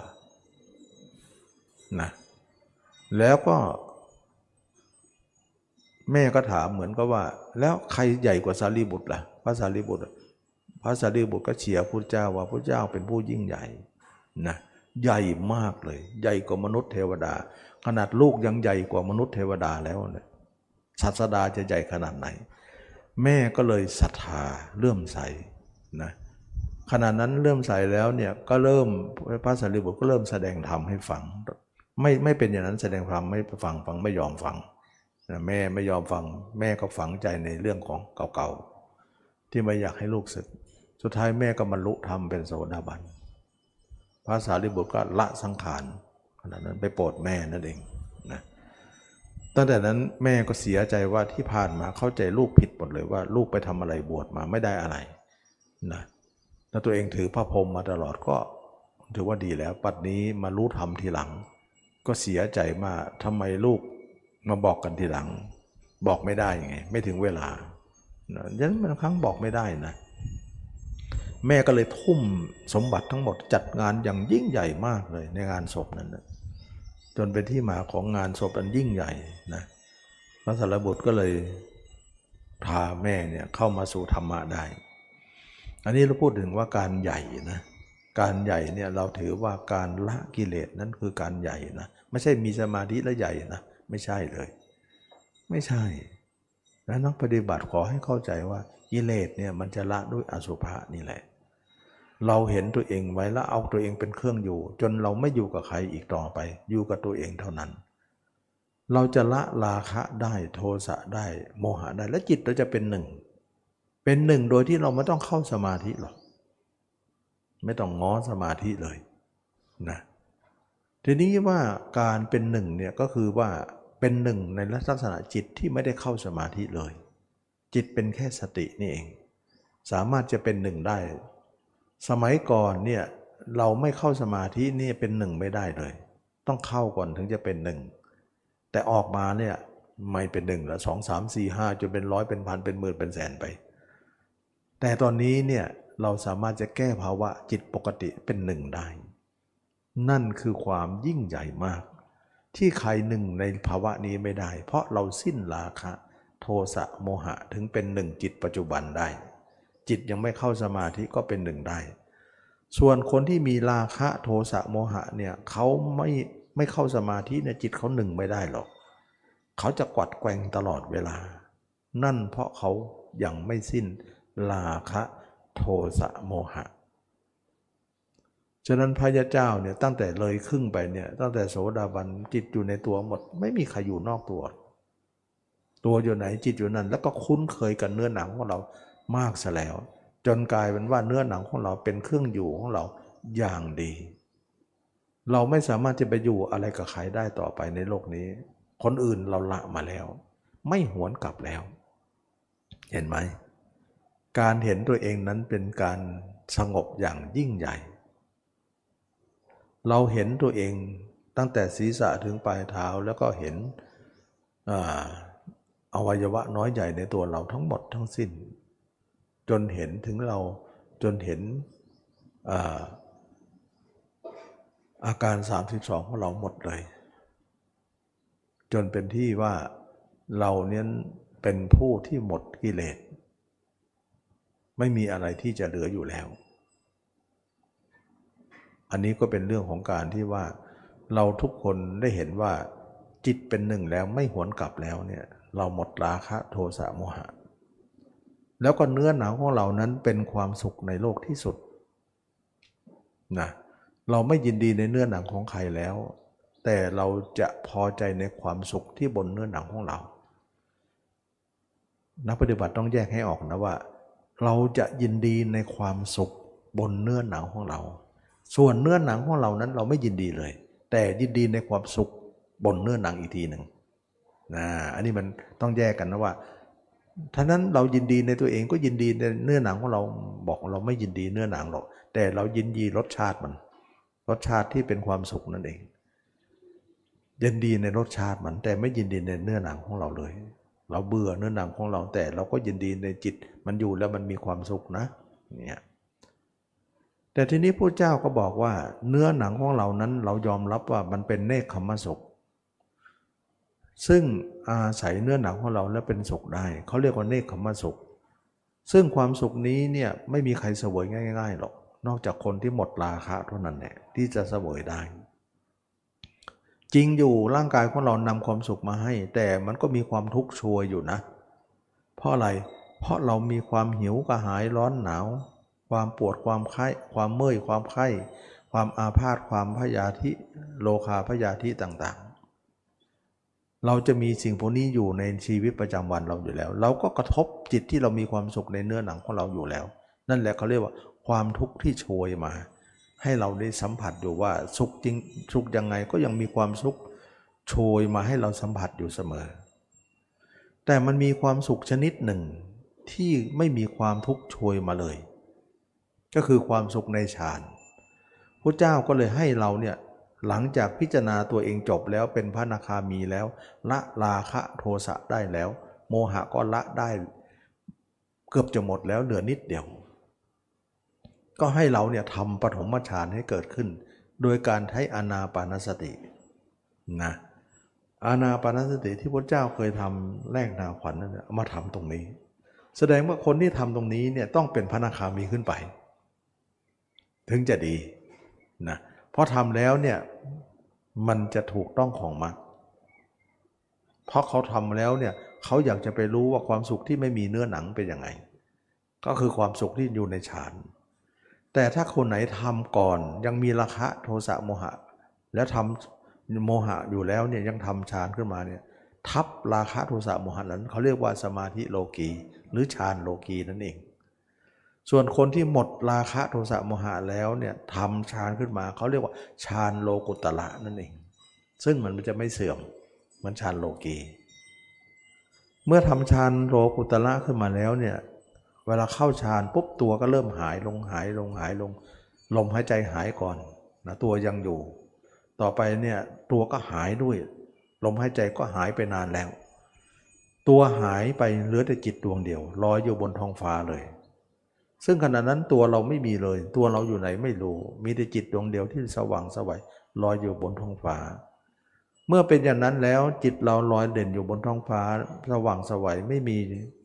นะแล้วก็แม่ก็ถามเหมือนกับว่าแล้วใครใหญ่กว่าสารีบุตรล่ะพระสารีบุตรพระสารีบุตรก็เชียร์พุทธเจ้าว่าพุทธเจ้าเป็นผู้ยิ่งใหญ่นะใหญ่มากเลยใหญ่กว่ามนุษย์เทวดาขนาดลูกยังใหญ่กว่ามนุษย์เทวดาแล้วเนี่ยศาสดาจะใหญ่ขนาดไหนแม่ก็เลยศรัทธาเลื่อมใสนะขณะนั้นเลื่อมใสแล้วเนี่ยก็เริ่มพระสารีบุตรก็เริ่มแสดงธรรมให้ฟังไม่ไม่เป็นอย่างนั้นแสดงธรรมไม่ฟังฟังไม่ยอมฟังนะแม่ไม่ยอมฟังแม่ก็ฝังใจในเรื่องของเก่าๆที่ไม่อยากให้ลูกศึกสุดท้ายแม่ก็บรรลุธรรมเป็นโสดาบันพระสารีบุตรก็ละสังขารขณะนั้นไปโปรดแม่นั่นเองนะตั้งแต่นั้นแม่ก็เสียใจว่าที่ผ่านมาเข้าใจลูกผิดหมดเลยว่าลูกไปทำอะไรบวชมาไม่ได้อะไรนะแล้วตัวเองถือพระพรหมมาตลอดก็ถือว่าดีแล้วปัจจุบันนี้มารู้ธรรมทีหลังก็เสียใจมากทำไมลูกมาบอกกันทีหลังบอกไม่ได้ยังไงไม่ถึงเวลาดังนั้นบางครั้งบอกไม่ได้นะแม่ก็เลยทุ่มสมบัติทั้งหมดจัดงานอย่างยิ่งใหญ่มากเลยในงานศพนั้นนะจนเป็นที่มาของงานศพอันยิ่งใหญ่นะพระสารีบุตรก็เลยพาแม่เนี่ยเข้ามาสู่ธรรมะได้อันนี้เราพูดถึงว่าการใหญ่นะการใหญ่เนี่ยเราถือว่าการละกิเลสนั้นคือการใหญ่นะไม่ใช่มีสมาธิแล้วใหญ่นะไม่ใช่เลยไม่ใช่และนักปฏิบัติขอให้เข้าใจว่ากิเลสเนี่ยมันจะละด้วยอสุภะนี่แหละเราเห็นตัวเองไว้แล้วเอาตัวเองเป็นเครื่องอยู่จนเราไม่อยู่กับใครอีกต่อไปอยู่กับตัวเองเท่านั้นเราจะละราคะได้โทสะได้โมหะได้และจิตเราจะเป็นหนึ่งเป็นหนึ่งโดยที่เราไม่ต้องเข้าสมาธิหรอกไม่ต้องง้อสมาธิเลยนะทีนี้ว่าการเป็นหนึ่งเนี่ยก็คือว่าเป็นหนึ่งในลักษณะจิตที่ไม่ได้เข้าสมาธิเลยจิตเป็นแค่สตินี่เองสามารถจะเป็นหนึ่งได้สมัยก่อนเนี่ยเราไม่เข้าสมาธินี่เป็นหนึ่งไม่ได้เลยต้องเข้าก่อนถึงจะเป็นหนึ่งแต่ออกมาเนี่ยไม่เป็นหนึ่งแล้วสองสามสี่ห้าจนเป็นร้อยเป็นพันเป็นหมื่นเป็นแสนไปแต่ตอนนี้เนี่ยเราสามารถจะแก้ภาวะจิตปกติเป็นหนึ่งได้นั่นคือความยิ่งใหญ่มากที่ใครหนึ่งในภาวะนี้ไม่ได้เพราะเราสิ้นราคะโทสะโมหะถึงเป็นหนึ่งจิตปัจจุบันได้จิตยังไม่เข้าสมาธิก็เป็นหนึ่งได้ส่วนคนที่มีราคะโทสะโมหะเนี่ยเขาไม่ไม่เข้าสมาธิเนี่ยจิตเขาหนึ่งไม่ได้หรอกเขาจะกวัดแกว่งตลอดเวลานั่นเพราะเขายังไม่สิ้นราคะโทสะโมหะฉะนั้นพระยาเจ้าเนี่ยตั้งแต่เลยครึ่งไปเนี่ยตั้งแต่โสดาบันจิตอยู่ในตัวหมดไม่มีใครอยู่นอกตัวตัวอยู่ไหนจิตอยู่นั่นแล้วก็คุ้นเคยกับเนื้อหนังของเรามากซะแล้วจนกลายเป็นว่าเนื้อหนังของเราเป็นเครื่องอยู่ของเราอย่างดีเราไม่สามารถจะไปอยู่อะไรกับใครได้ต่อไปในโลกนี้คนอื่นเราละมาแล้วไม่หวนกลับแล้วเห็นไหมการเห็นตัวเองนั้นเป็นการสงบอย่างยิ่งใหญ่เราเห็นตัวเองตั้งแต่ศีรษะถึงปลายเท้าแล้วก็เห็นอวัยวะน้อยใหญ่ในตัวเราทั้งหมดทั้งสิ้นจนเห็นถึงเราจนเห็นอาอาการสามสิบสองของเราหมดเลยจนเป็นที่ว่าเราเนี่ยเป็นผู้ที่หมดกิเลสไม่มีอะไรที่จะเหลืออยู่แล้วอันนี้ก็เป็นเรื่องของการที่ว่าเราทุกคนได้เห็นว่าจิตเป็นหนึ่งแล้วไม่หวนกลับแล้วเนี่ยเราหมดราคะโทสะโมหะแล้วก็เนื้อหนังของเรานั้นเป็นความสุขในโลกที่สุดนะเราไม่ยินดีในเนื้อหนังของใครแล้วแต่เราจะพอใจในความสุขที่บนเนื้อหนังของเรานักปฏิบัติต้องแยกให้ออกนะว่าเราจะยินดีในความสุขบนเนื้อหนังของเราส่วนเนื้อหนังของเรานั้นเราไม่ยินดีเลยแต่ยินดีในความสุขบนเนื้อหนังอีกทีหนึ่งนะอันนี้มันต้องแยกกันนะว่าท่านั้นเรายินดีในตัวเองก็ยินดีในเนื้อหนังของเราบอกเราไม่ยินดีเนื้อหนังหรอกแต่เรายินดีรสชาติมันรสชาติที่เป็นความสุขนั่นเองยินดีในรสชาติมันแต่ไม่ยินดีในเนื้อหนังของเราเลยเราเบื่อเนื้อหนังของเราแต่เราก็ยินดีในจิตมันอยู่แล้วมันมีความสุขนะเนี่ยแต่ทีนี้พระเจ้าก็บอกว่าเนื้อหนังของเรานั้นเรายอมรับว่ามันเป็นเนคขมสุขซึ่งอาศัยเนื้อหนังของเราแล้วเป็นสุขได้เขาเรียกว่าเนคขมสุขซึ่งความสุขนี้เนี่ยไม่มีใครเสวยง่ายๆหรอกนอกจากคนที่หมดราคะเท่านั้นแหละที่จะเสวยได้จริงอยู่ร่างกายของเรานำความสุขมาให้แต่มันก็มีความทุกข์โชยอยู่นะเพราะอะไรเพราะเรามีความหิวกระหายร้อนหนาวความปวดความไข้ความเมื่อยความไข้ความอาพาธความพยาธิโลคาพยาธิต่างๆเราจะมีสิ่งพวกนี้อยู่ในชีวิตประจำวันเราอยู่แล้วเราก็กระทบจิตที่เรามีความสุขในเนื้อหนังของเราอยู่แล้วนั่นแหละเขาเรียกว่าความทุกข์ที่โชยมาให้เราได้สัมผัสอยู่ว่าสุขจริงสุขยังไงก็ยังมีความสุขโชยมาให้เราสัมผัสอยู่เสมอแต่มันมีความสุขชนิดหนึ่งที่ไม่มีความทุกข์โชยมาเลยก็คือความสุขในฌานพระเจ้าก็เลยให้เราเนี่ยหลังจากพิจารณาตัวเองจบแล้วเป็นพระอนาคามีแล้วละราคะโทสะได้แล้วโมหะก็ละได้เกือบจะหมดแล้วเหลือนิดเดียวก็ให้เราเนี่ยทำปฐมฌานให้เกิดขึ้นโดยการใช้อานาปานสตินะอานาปานสติที่พระเจ้าเคยทำแรกนาขวัญนั่นเอามาทำตรงนี้แสดงว่าคนที่ทำตรงนี้เนี่ยต้องเป็นพระอนาคามีขึ้นไปถึงจะดีนะเพราะทำแล้วเนี่ยมันจะถูกต้องของมรรคเพราะเขาทำแล้วเนี่ยเขาอยากจะไปรู้ว่าความสุขที่ไม่มีเนื้อหนังเป็นยังไงก็คือความสุขที่อยู่ในฌานแต่ถ้าคนไหนทำก่อนยังมีราคะโทสะโมหะแล้วทำโมหะอยู่แล้วเนี่ยยังทำฌานขึ้นมาเนี่ยทับราคะโทสะโมหะนั้นเขาเรียกว่าสมาธิโลกีหรือฌานโลกีนั่นเองส่วนคนที่หมดราคะโทสะโมหะแล้วเนี่ยทำฌานขึ้นมาเขาเรียกว่าฌานโลกุตระนั่นเองซึ่งมันจะไม่เสื่อมเหมือนฌานโลกีเมื่อทำฌานโลกุตระขึ้นมาแล้วเนี่ยเวลาเข้าฌานปุ๊บตัวก็เริ่มหายลงหายลงหายลงลมหายใจหายก่อนนะตัวยังอยู่ต่อไปเนี่ยตัวก็หายด้วยลมหายใจก็หายไปนานแล้วตัวหายไปเหลือแต่จิตดวงเดียวลอยอยู่บนท้องฟ้าเลยซึ่งขณะนั้นตัวเราไม่มีเลยตัวเราอยู่ไหนไม่รู้มีแต่จิตดวงเดียวที่สว่างไสวลอยอยู่บนท้องฟ้าเมื่อเป็นอย่างนั้นแล้วจิตเราลอยเด่นอยู่บนท้องฟ้าสว่างไสวไม่มี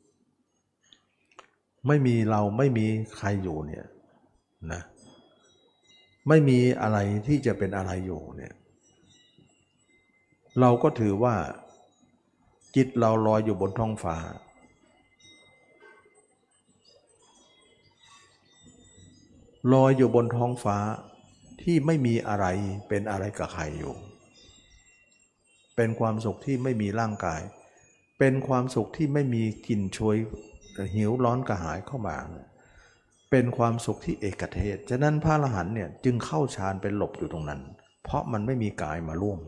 ไม่มีเราไม่มีใครอยู่เนี่ยนะไม่มีอะไรที่จะเป็นอะไรอยู่เนี่ยเราก็ถือว่าจิตเราลอยอยู่บนท้องฟ้าลอยอยู่บนท้องฟ้าที่ไม่มีอะไรเป็นอะไรกับใครอยู่เป็นความสุขที่ไม่มีร่างกายเป็นความสุขที่ไม่มีกลิ่นโชยหิวร้อนกระหายเข้ามาเป็นความสุขที่เอกเทศฉะนั้นพระอรหันต์เนี่ยจึงเข้าฌานเป็นหลบอยู่ตรงนั้นเพราะมันไม่มีกายมาร่วม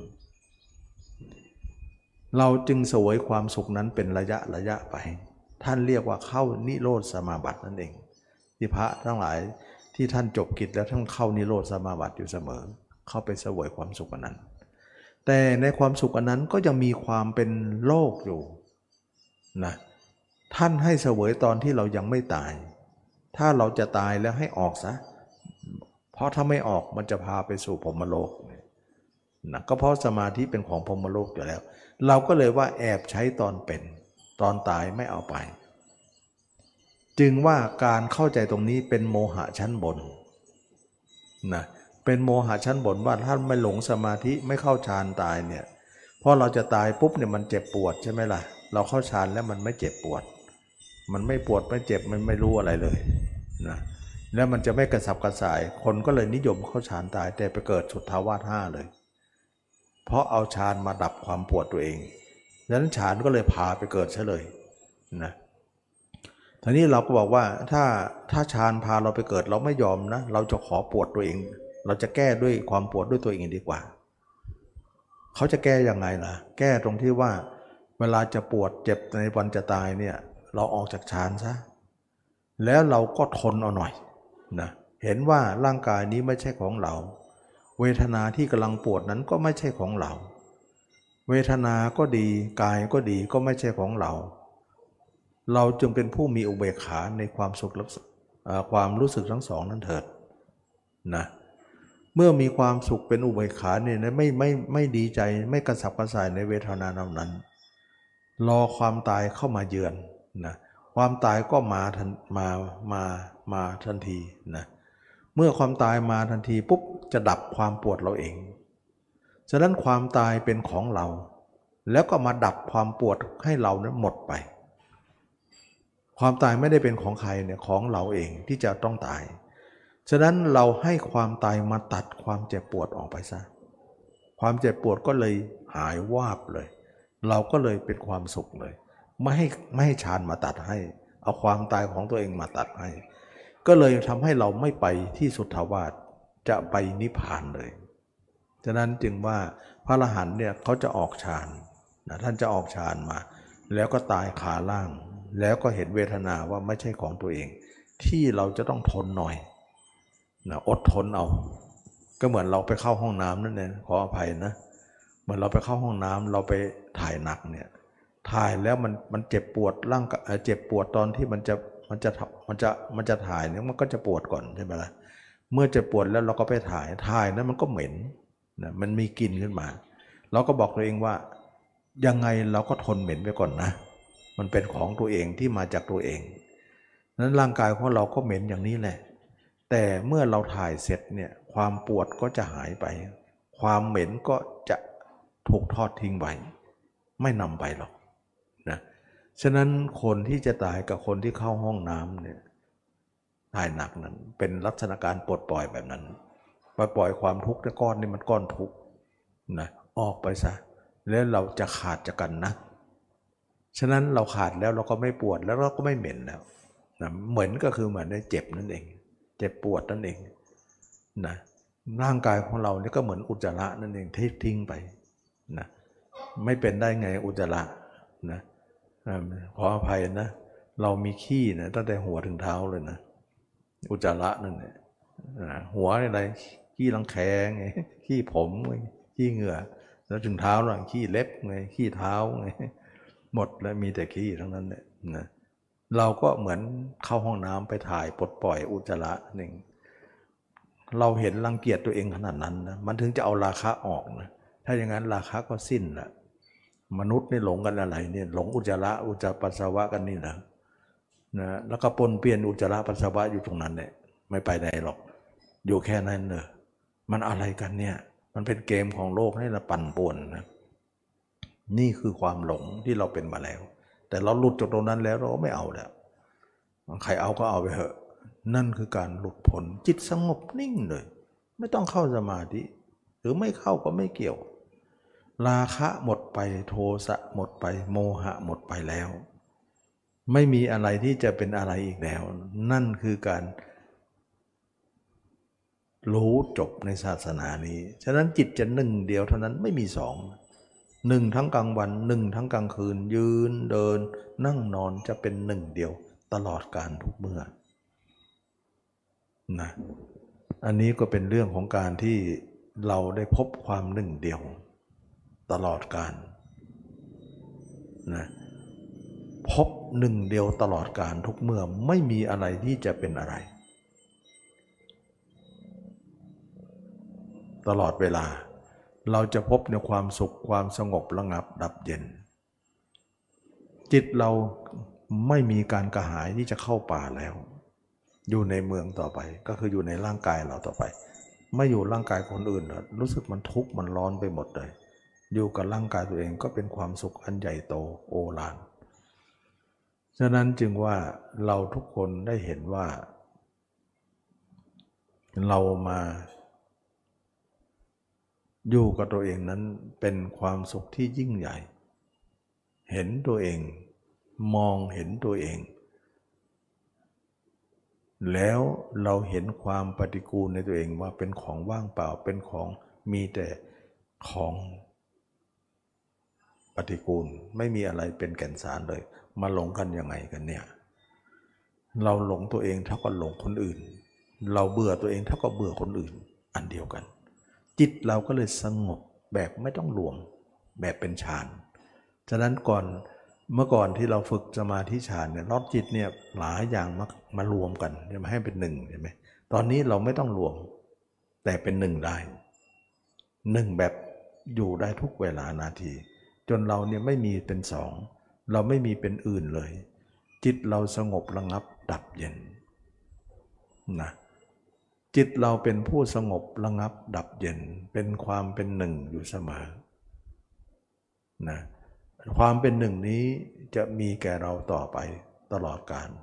เราจึงเสวยความสุขนั้นเป็นระยะระยะไปท่านเรียกว่าเข้านิโรธสมาบัตินั่นเองที่พระทั้งหลายที่ท่านจบกิจแล้วท่านเข้านิโรธสมาบัติอยู่เสมอเข้าไปเสวยความสุขอันนั้นแต่ในความสุขอันนั้นก็ยังมีความเป็นโลกอยู่นะท่านให้เสวยตอนที่เรายังไม่ตายถ้าเราจะตายแล้วให้ออกซะเพราะถ้าไม่ออกมันจะพาไปสู่พรหมโลกนะก็เพราะสมาธิเป็นของพรหมโลกอยู่แล้วเราก็เลยว่าแอบใช้ตอนเป็นตอนตายไม่เอาไปจึงว่าการเข้าใจตรงนี้เป็นโมหะชั้นบนนะเป็นโมหะชั้นบนว่าถ้าไม่หลงสมาธิไม่เข้าฌานตายเนี่ยพอเราจะตายปุ๊บเนี่ยมันเจ็บปวดใช่ไหมล่ะเราเข้าฌานแล้วมันไม่เจ็บปวดมันไม่ปวดไม่เจ็บมันไม่รู้อะไรเลยนะแล้วมันจะไม่กระสับกระส่ายคนก็เลยนิยมเข้าฌานตายแต่ไปเกิดสุทธาวาสห้าเลยเพราะเอาฌานมาดับความปวดตัวเองดังนั้นฌานก็เลยพาไปเกิดซะเลยนะทีนี้เราก็บอกว่าถ้าถ้าฌานพาเราไปเกิดเราไม่ยอมนะเราจะขอปวดตัวเองเราจะแก้ด้วยความปวดด้วยตัวเองดีกว่าเขาจะแก้ยังไงล่ะแก้ตรงที่ว่าเวลาจะปวดเจ็บในวันจะตายเนี่ยเราออกจากฌานซะแล้วเราก็ทนเอาหน่อยนะเห็นว่าร่างกายนี้ไม่ใช่ของเราเวทนาที่กำลังปวดนั้นก็ไม่ใช่ของเราเวทนาก็ดีกายก็ดีก็ไม่ใช่ของเราเราจึงเป็นผู้มีอุเบกขาในความสุขความรู้สึกทั้งสองนั้นเถิดนะเมื่อมีความสุขเป็นอุเบกขาเนี่ยไม่ไม่ไม่ดีใจไม่กระสับกระส่ายในเวทนาเหล่านั้นรอความตายเข้ามาเยือนนะความตายก็มาทันมามามาทันทีนะเมื่อความตายมาทันทีปุ๊บจะดับความปวดเราเองฉะนั้นความตายเป็นของเราแล้วก็มาดับความปวดให้เรานั้นหมดไปความตายไม่ได้เป็นของใครเนี่ยของเราเองที่จะต้องตายฉะนั้นเราให้ความตายมาตัดความเจ็บปวดออกไปซะความเจ็บปวดก็เลยหายวาบเลยเราก็เลยเป็นความสุขเลยไม่ให้ไม่ให้ฌานมาตัดให้เอาความตายของตัวเองมาตัดให้ก็เลยทำให้เราไม่ไปที่สุทธาวาสจะไปนิพพานเลยฉะนั้นจึงว่าพระอรหันต์เนี่ยเขาจะออกฌานนะท่านจะออกฌานมาแล้วก็ตายขาล่างแล้วก็เห็นเวทนาว่าไม่ใช่ของตัวเองที่เราจะต้องทนหน่อยนะอดทนเอาก็เหมือนเราไปเข้าห้องน้ำนั่นเองขออภัยนะเหมือนเราไปเข้าห้องน้ำเราไปถ่ายหนักเนี่ยถ่ายแล้วมันมันเจ็บปวดร่างกายเจ็บปวดตอนที่มันจะมันจะมันจะมันจะถ่ายเนี่ยมันก็จะปวดก่อนใช่ไหมล่ะเมื่อเจ็บปวดแล้วเราก็ไปถ่ายถ่ายนั้นมันก็เหม็นนะมันมีกลิ่นขึ้นมาเราก็บอกตัวเองว่ายังไงเราก็ทนเหม็นไปก่อนนะมันเป็นของตัวเองที่มาจากตัวเองนั้นร่างกายของเราก็เหม็นอย่างนี้แหละแต่เมื่อเราถ่ายเสร็จเนี่ยความปวดก็จะหายไปความเหม็นก็จะถูกทอดทิ้งไว้ไม่นำไปหรอกนะฉะนั้นคนที่จะตายกับคนที่เข้าห้องน้ำเนี่ยตายหนักนั้นเป็นลักษณะการปลดปล่อยแบบนั้นปลดปล่อยความทุกข์ในก้อนนี่มันก้อนทุกข์นะออกไปซะแล้วเราจะขาดจากกันนะฉะนั้นเราขาดแล้วเราก็ไม่ปวดแล้วเราก็ไม่เหม็นแล้วนะเหมือนก็คือเหมือนได้เจ็บนั่นเองเจ็บปวดนั่นเองนะร่างกายของเรานี่ก็เหมือนอุจจาระนั่นเองที่ทิ้งไปนะไม่เป็นได้ไงอุจจาระนะขออภัยนะเรามีขี้นะตั้งแต่หัวถึงเท้าเลยนะอุจจาระนั่นแหละหัวอะไรขี้รังแคไงขี้ผมขี้เหงื่อแล้วถึงเท้าหลังขี้เล็บไงขี้เท้าไงหมดแล้วมีแต่ขี้ทั้งนั้นแหละนะเราก็เหมือนเข้าห้องน้ำไปถ่ายปลดปล่อยอุจจาระหนึ่งเราเห็นรังเกียจตัวเองขนาดนั้นนะมันถึงจะเอาราคะออกนะถ้าอย่างนั้นราคะก็สิ้นละมนุษย์นี่หลงกันอะไรเนี่ยหลงอุจจาระอุจจาปัสสาวะกันนี่นะนะแล้วก็ปนเปลี่ยนอุจจาระปัสสาวะอยู่ตรงนั้นเนี่ยไม่ไปไหนหรอกอยู่แค่นั้นเนอะมันอะไรกันเนี่ยมันเป็นเกมของโลกให้เราปั่นป่วนนะนี่คือความหลงที่เราเป็นมาแล้วแต่เราหลุดจากตรงนั้นแล้วเราไม่เอาแล้วใครเอาก็เอาไปเถอะนั่นคือการหลุดพ้นจิตสงบนิ่งเลยไม่ต้องเข้าสมาธิหรือไม่เข้าก็ไม่เกี่ยวราคะหมดไปโทสะหมดไปโมหะหมดไปแล้วไม่มีอะไรที่จะเป็นอะไรอีกแล้วนั่นคือการรู้จบในศาสนานี้ฉะนั้นจิตจะหนึ่งเดียวเท่านั้นไม่มีสองหนึ่งทั้งกลางวันหนึ่งทั้งกลางคืนยืนเดินนั่งนอนจะเป็นหนึ่งเดียวตลอดกาลทุกเมื่อนะอันนี้ก็เป็นเรื่องของการที่เราได้พบความหนึ่งเดียวตลอดกาลนะพบหนึ่งเดียวตลอดกาลทุกเมื่อไม่มีอะไรที่จะเป็นอะไรตลอดเวลาเราจะพบในความสุขความสงบระงับดับเย็นจิตเราไม่มีการกระหายที่จะเข้าป่าแล้วอยู่ในเมืองต่อไปก็คืออยู่ในร่างกายเราต่อไปไม่อยู่ร่างกายคนอื่นแล้วรู้สึกมันทุกข์มันร้อนไปหมดเลยอยู่กับร่างกายตัวเองก็เป็นความสุขอันใหญ่โตโอฬารฉะนั้นจึงว่าเราทุกคนได้เห็นว่าเรามาอยู่กับตัวเองนั้นเป็นความสุขที่ยิ่งใหญ่เห็นตัวเองมองเห็นตัวเองแล้วเราเห็นความปฏิกูลในตัวเองว่าเป็นของว่างเปล่าเป็นของมีแต่ของปฏิกูลไม่มีอะไรเป็นแก่นสารเลยมาหลงกันยังไงกันเนี่ยเราหลงตัวเองเท่ากับหลงคนอื่นเราเบื่อตัวเองเท่ากับเบื่อคนอื่นอันเดียวกันจิตเราก็เลยสงบแบบไม่ต้องรวมแบบเป็นฌานฉะนั้นก่อนเมื่อก่อนที่เราฝึกสมาธิฌานเนี่ยรอบจิตเนี่ยหลายอย่างมามารวมกันจะมาให้เป็นหนึ่งใช่ไหมตอนนี้เราไม่ต้องรวมแต่เป็นหนึ่งได้หนึ่งแบบอยู่ได้ทุกเวลานาทีจนเราเนี่ยไม่มีเป็นสองเราไม่มีเป็นอื่นเลยจิตเราสงบระงับดับเย็นนะจิตเราเป็นผู้สงบระงับดับเย็นเป็นความเป็นหนึ่งอยู่เสมอนะความเป็นหนึ่งนี้จะมีแก่เราต่อไปตลอดกาล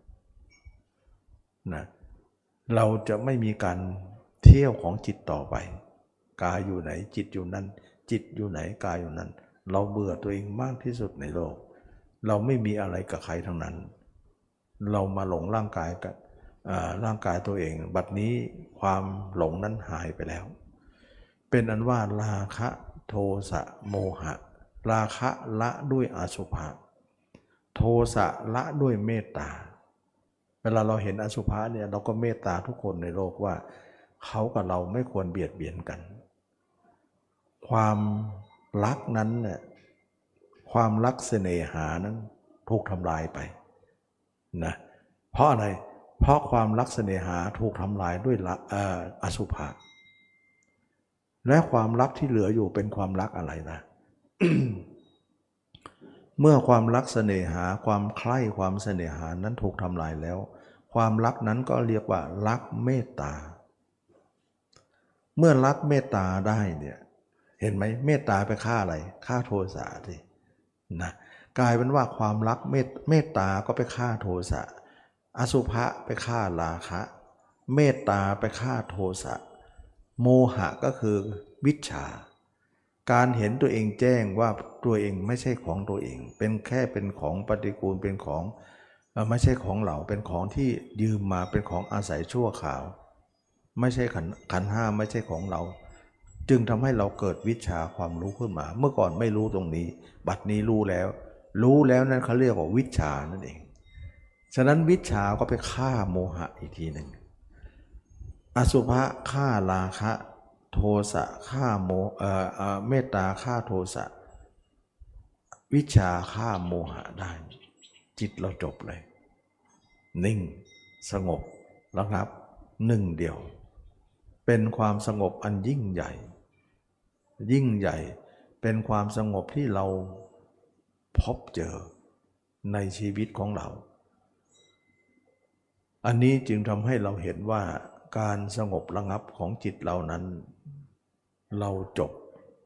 นะเราจะไม่มีการเที่ยวของจิตต่อไปกายอยู่ไหนจิตอยู่นั่นจิตอยู่ไหนกายอยู่นั่นเราเบื่อตัวเองมากที่สุดในโลกเราไม่มีอะไรกับใครทั้งนั้นเรามาหลงร่างกายกันร่างกายตัวเองบัดนี้ความหลงนั้นหายไปแล้วเป็นอันว่าราคะโทสะโมหะราคะละด้วยอสุภะโทสะละด้วยเมตตาเวลาเราเห็นอสุภะเนี่ยเราก็เมตตาทุกคนในโลกว่าเขากับเราไม่ควรเบียดเบียนกันความรักนั้นเนี่ยความรักเสน่หานั้นถูกทำลายไปนะเพราะอะไรเพราะความรักเสน่หาถูกทำลายด้วยอสุภะและความรักที่เหลืออยู่เป็นความรักอะไรนะ เมื่อความรักเสน่หาความใคร่ความเสน่หานั้นถูกทำลายแล้วความรักนั้นก็เรียกว่ารักเมตตาเมื่อรักเมตตาได้เนี่ยเห็นไหมเมตตาไปฆ่าอะไรฆ่าโทสะสินะกลายเป็นว่าความรักเมตเมตตาก็ไปฆ่าโทสะอสุภะไปฆ่าราคะเมตตาไปฆ่าโทสะโมหะก็คือวิชชาการเห็นตัวเองแจ้งว่าตัวเองไม่ใช่ของตัวเองเป็นแค่เป็นของปฏิกูลเป็นของไม่ใช่ของเราเป็นของที่ยืมมาเป็นของอาศัยชั่วคราวไม่ใช่ขันขันห้าไม่ใช่ของเราจึงทำให้เราเกิดวิชาความรู้ขึ้นมาเมื่อก่อนไม่รู้ตรงนี้บัดนี้รู้แล้วรู้แล้วนั่นเขาเรียกว่าวิชานั่นเองฉะนั้นวิชาก็ไปฆ่าโมหะอีกทีหนึ่งอสุภะฆ่าราคะโทสะฆ่าโมเอ่อเอ่อเมตตาฆ่าโทสะวิชาฆ่าโมหะได้จิตเราจบเลยนิ่งสงบระงับหนึ่งเดียวเป็นความสงบอันยิ่งใหญ่ยิ่งใหญ่เป็นความสงบที่เราพบเจอในชีวิตของเราอันนี้จึงทำให้เราเห็นว่าการสงบระงับของจิตเรานั้นเราจบ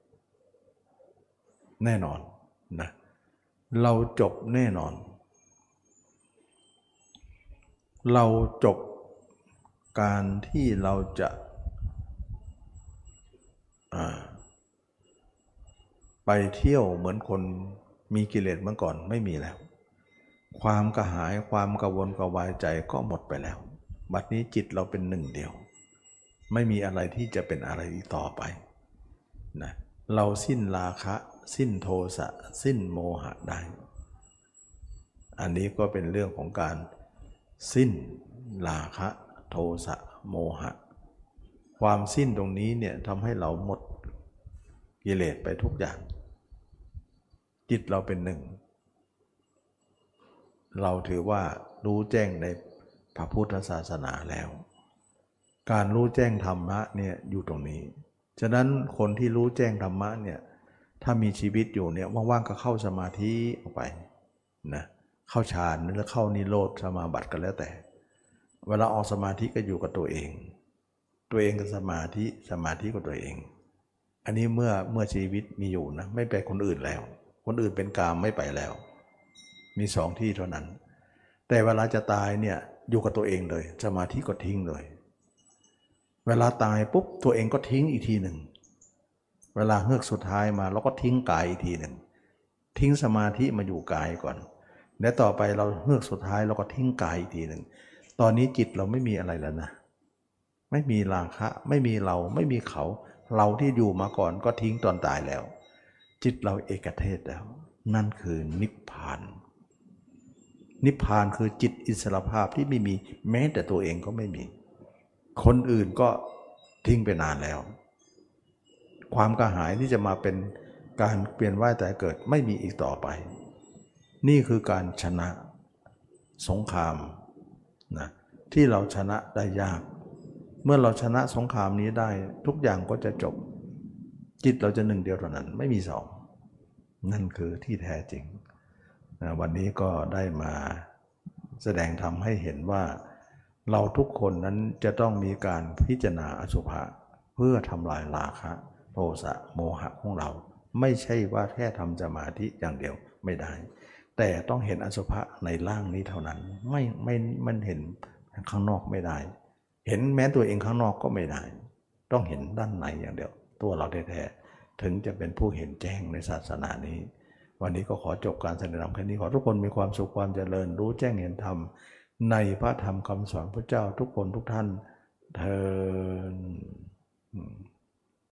แน่นอนนะเราจบแน่นอนเราจบการที่เราจะไปเที่ยวเหมือนคนมีกิเลสเมื่อก่อนไม่มีแล้วความกระหายความกระวนกระวายใจก็หมดไปแล้วบัดนี้จิตเราเป็นหนึ่งเดียวไม่มีอะไรที่จะเป็นอะไรอีกต่อไปนะเราสิ้นราคะสิ้นโทสะสิ้นโมหะได้อันนี้ก็เป็นเรื่องของการสิ้นราคะโทสะโมหะความสิ้นตรงนี้เนี่ยทำให้เราหมดกิเลสไปทุกอย่างจิตเราเป็นหนึ่งเราถือว่ารู้แจ้งในพระพุทธศาสนาแล้วการรู้แจ้งธรรมะเนี่ยอยู่ตรงนี้ฉะนั้นคนที่รู้แจ้งธรรมะเนี่ยถ้ามีชีวิตอยู่เนี่ยว่างๆก็เข้าสมาธิออกไปนะเข้าฌานหรือเข้านิโรธสมาบัติก็แล้วแต่เวลาออกสมาธิก็อยู่กับตัวเองตัวเองกับสมาธิสมาธิกับตัวเองอันนี้เมื่อเมื่อชีวิตมีอยู่นะไม่ไปคนอื่นแล้วคนอื่นเป็นกามไม่ไปแล้วมีสองที่เท่านั้นแต่เวลาจะตายเนี่ยอยู่กับตัวเองเลยสมาธิก็ทิ้งเลยเวลาตายปุ๊บตัวเองก็ทิ้งอีกทีหนึ่งเวลาเฮือกสุดท้ายมาเราก็ทิ้งกายอีกทีหนึ่งทิ้งสมาธิมาอยู่กายก่อนและต่อไปเราเฮือกสุดท้ายเราก็ทิ้งกายอีกทีหนึ่งตอนนี้จิตเราไม่มีอะไรแล้วนะไม่มีราคะไม่มีเราไม่มีเขาเราที่อยู่มาก่อนก็ทิ้งตอนตายแล้วจิตเราเอกเทศแล้วนั่นคือนิพพานนิพพานคือจิตอิสรภาพที่ไม่มีแม้แต่ตัวเองก็ไม่มีคนอื่นก็ทิ้งไปนานแล้วความกระหายที่จะมาเป็นการเปลี่ยนว่ายแต่เกิดไม่มีอีกต่อไปนี่คือการชนะสงครามนะที่เราชนะได้ยากเมื่อเราชนะสงครามนี้ได้ทุกอย่างก็จะจบจิตเราจะหนึ่งเดียวเท่านั้นไม่มีสองนั่นคือที่แท้จริงนะวันนี้ก็ได้มาแสดงธรรมให้เห็นว่าเราทุกคนนั้นจะต้องมีการพิจารณาอสุภะเพื่อทำลายราคะโทสะโมหะของเราไม่ใช่ว่าแค่ทำสมาธิอย่างเดียวไม่ได้แต่ต้องเห็นอสุภะในร่างนี้เท่านั้นไม่ไม่มันเห็นข้างนอกไม่ได้เห็นแม้ตัวเองข้างนอกก็ไม่ได้ต้องเห็นด้านในอย่างเดียวตัวเราแท้ๆถึงจะเป็นผู้เห็นแจ้งในศาสนานี้วันนี้ก็ขอจบการแสดงธรรมแค่นี้ขอทุกคนมีความสุขความเจริญรู้แจ้งเห็นธรรมในพระธรรมคำสอนพระเจ้าทุกคนทุกท่านเทอญ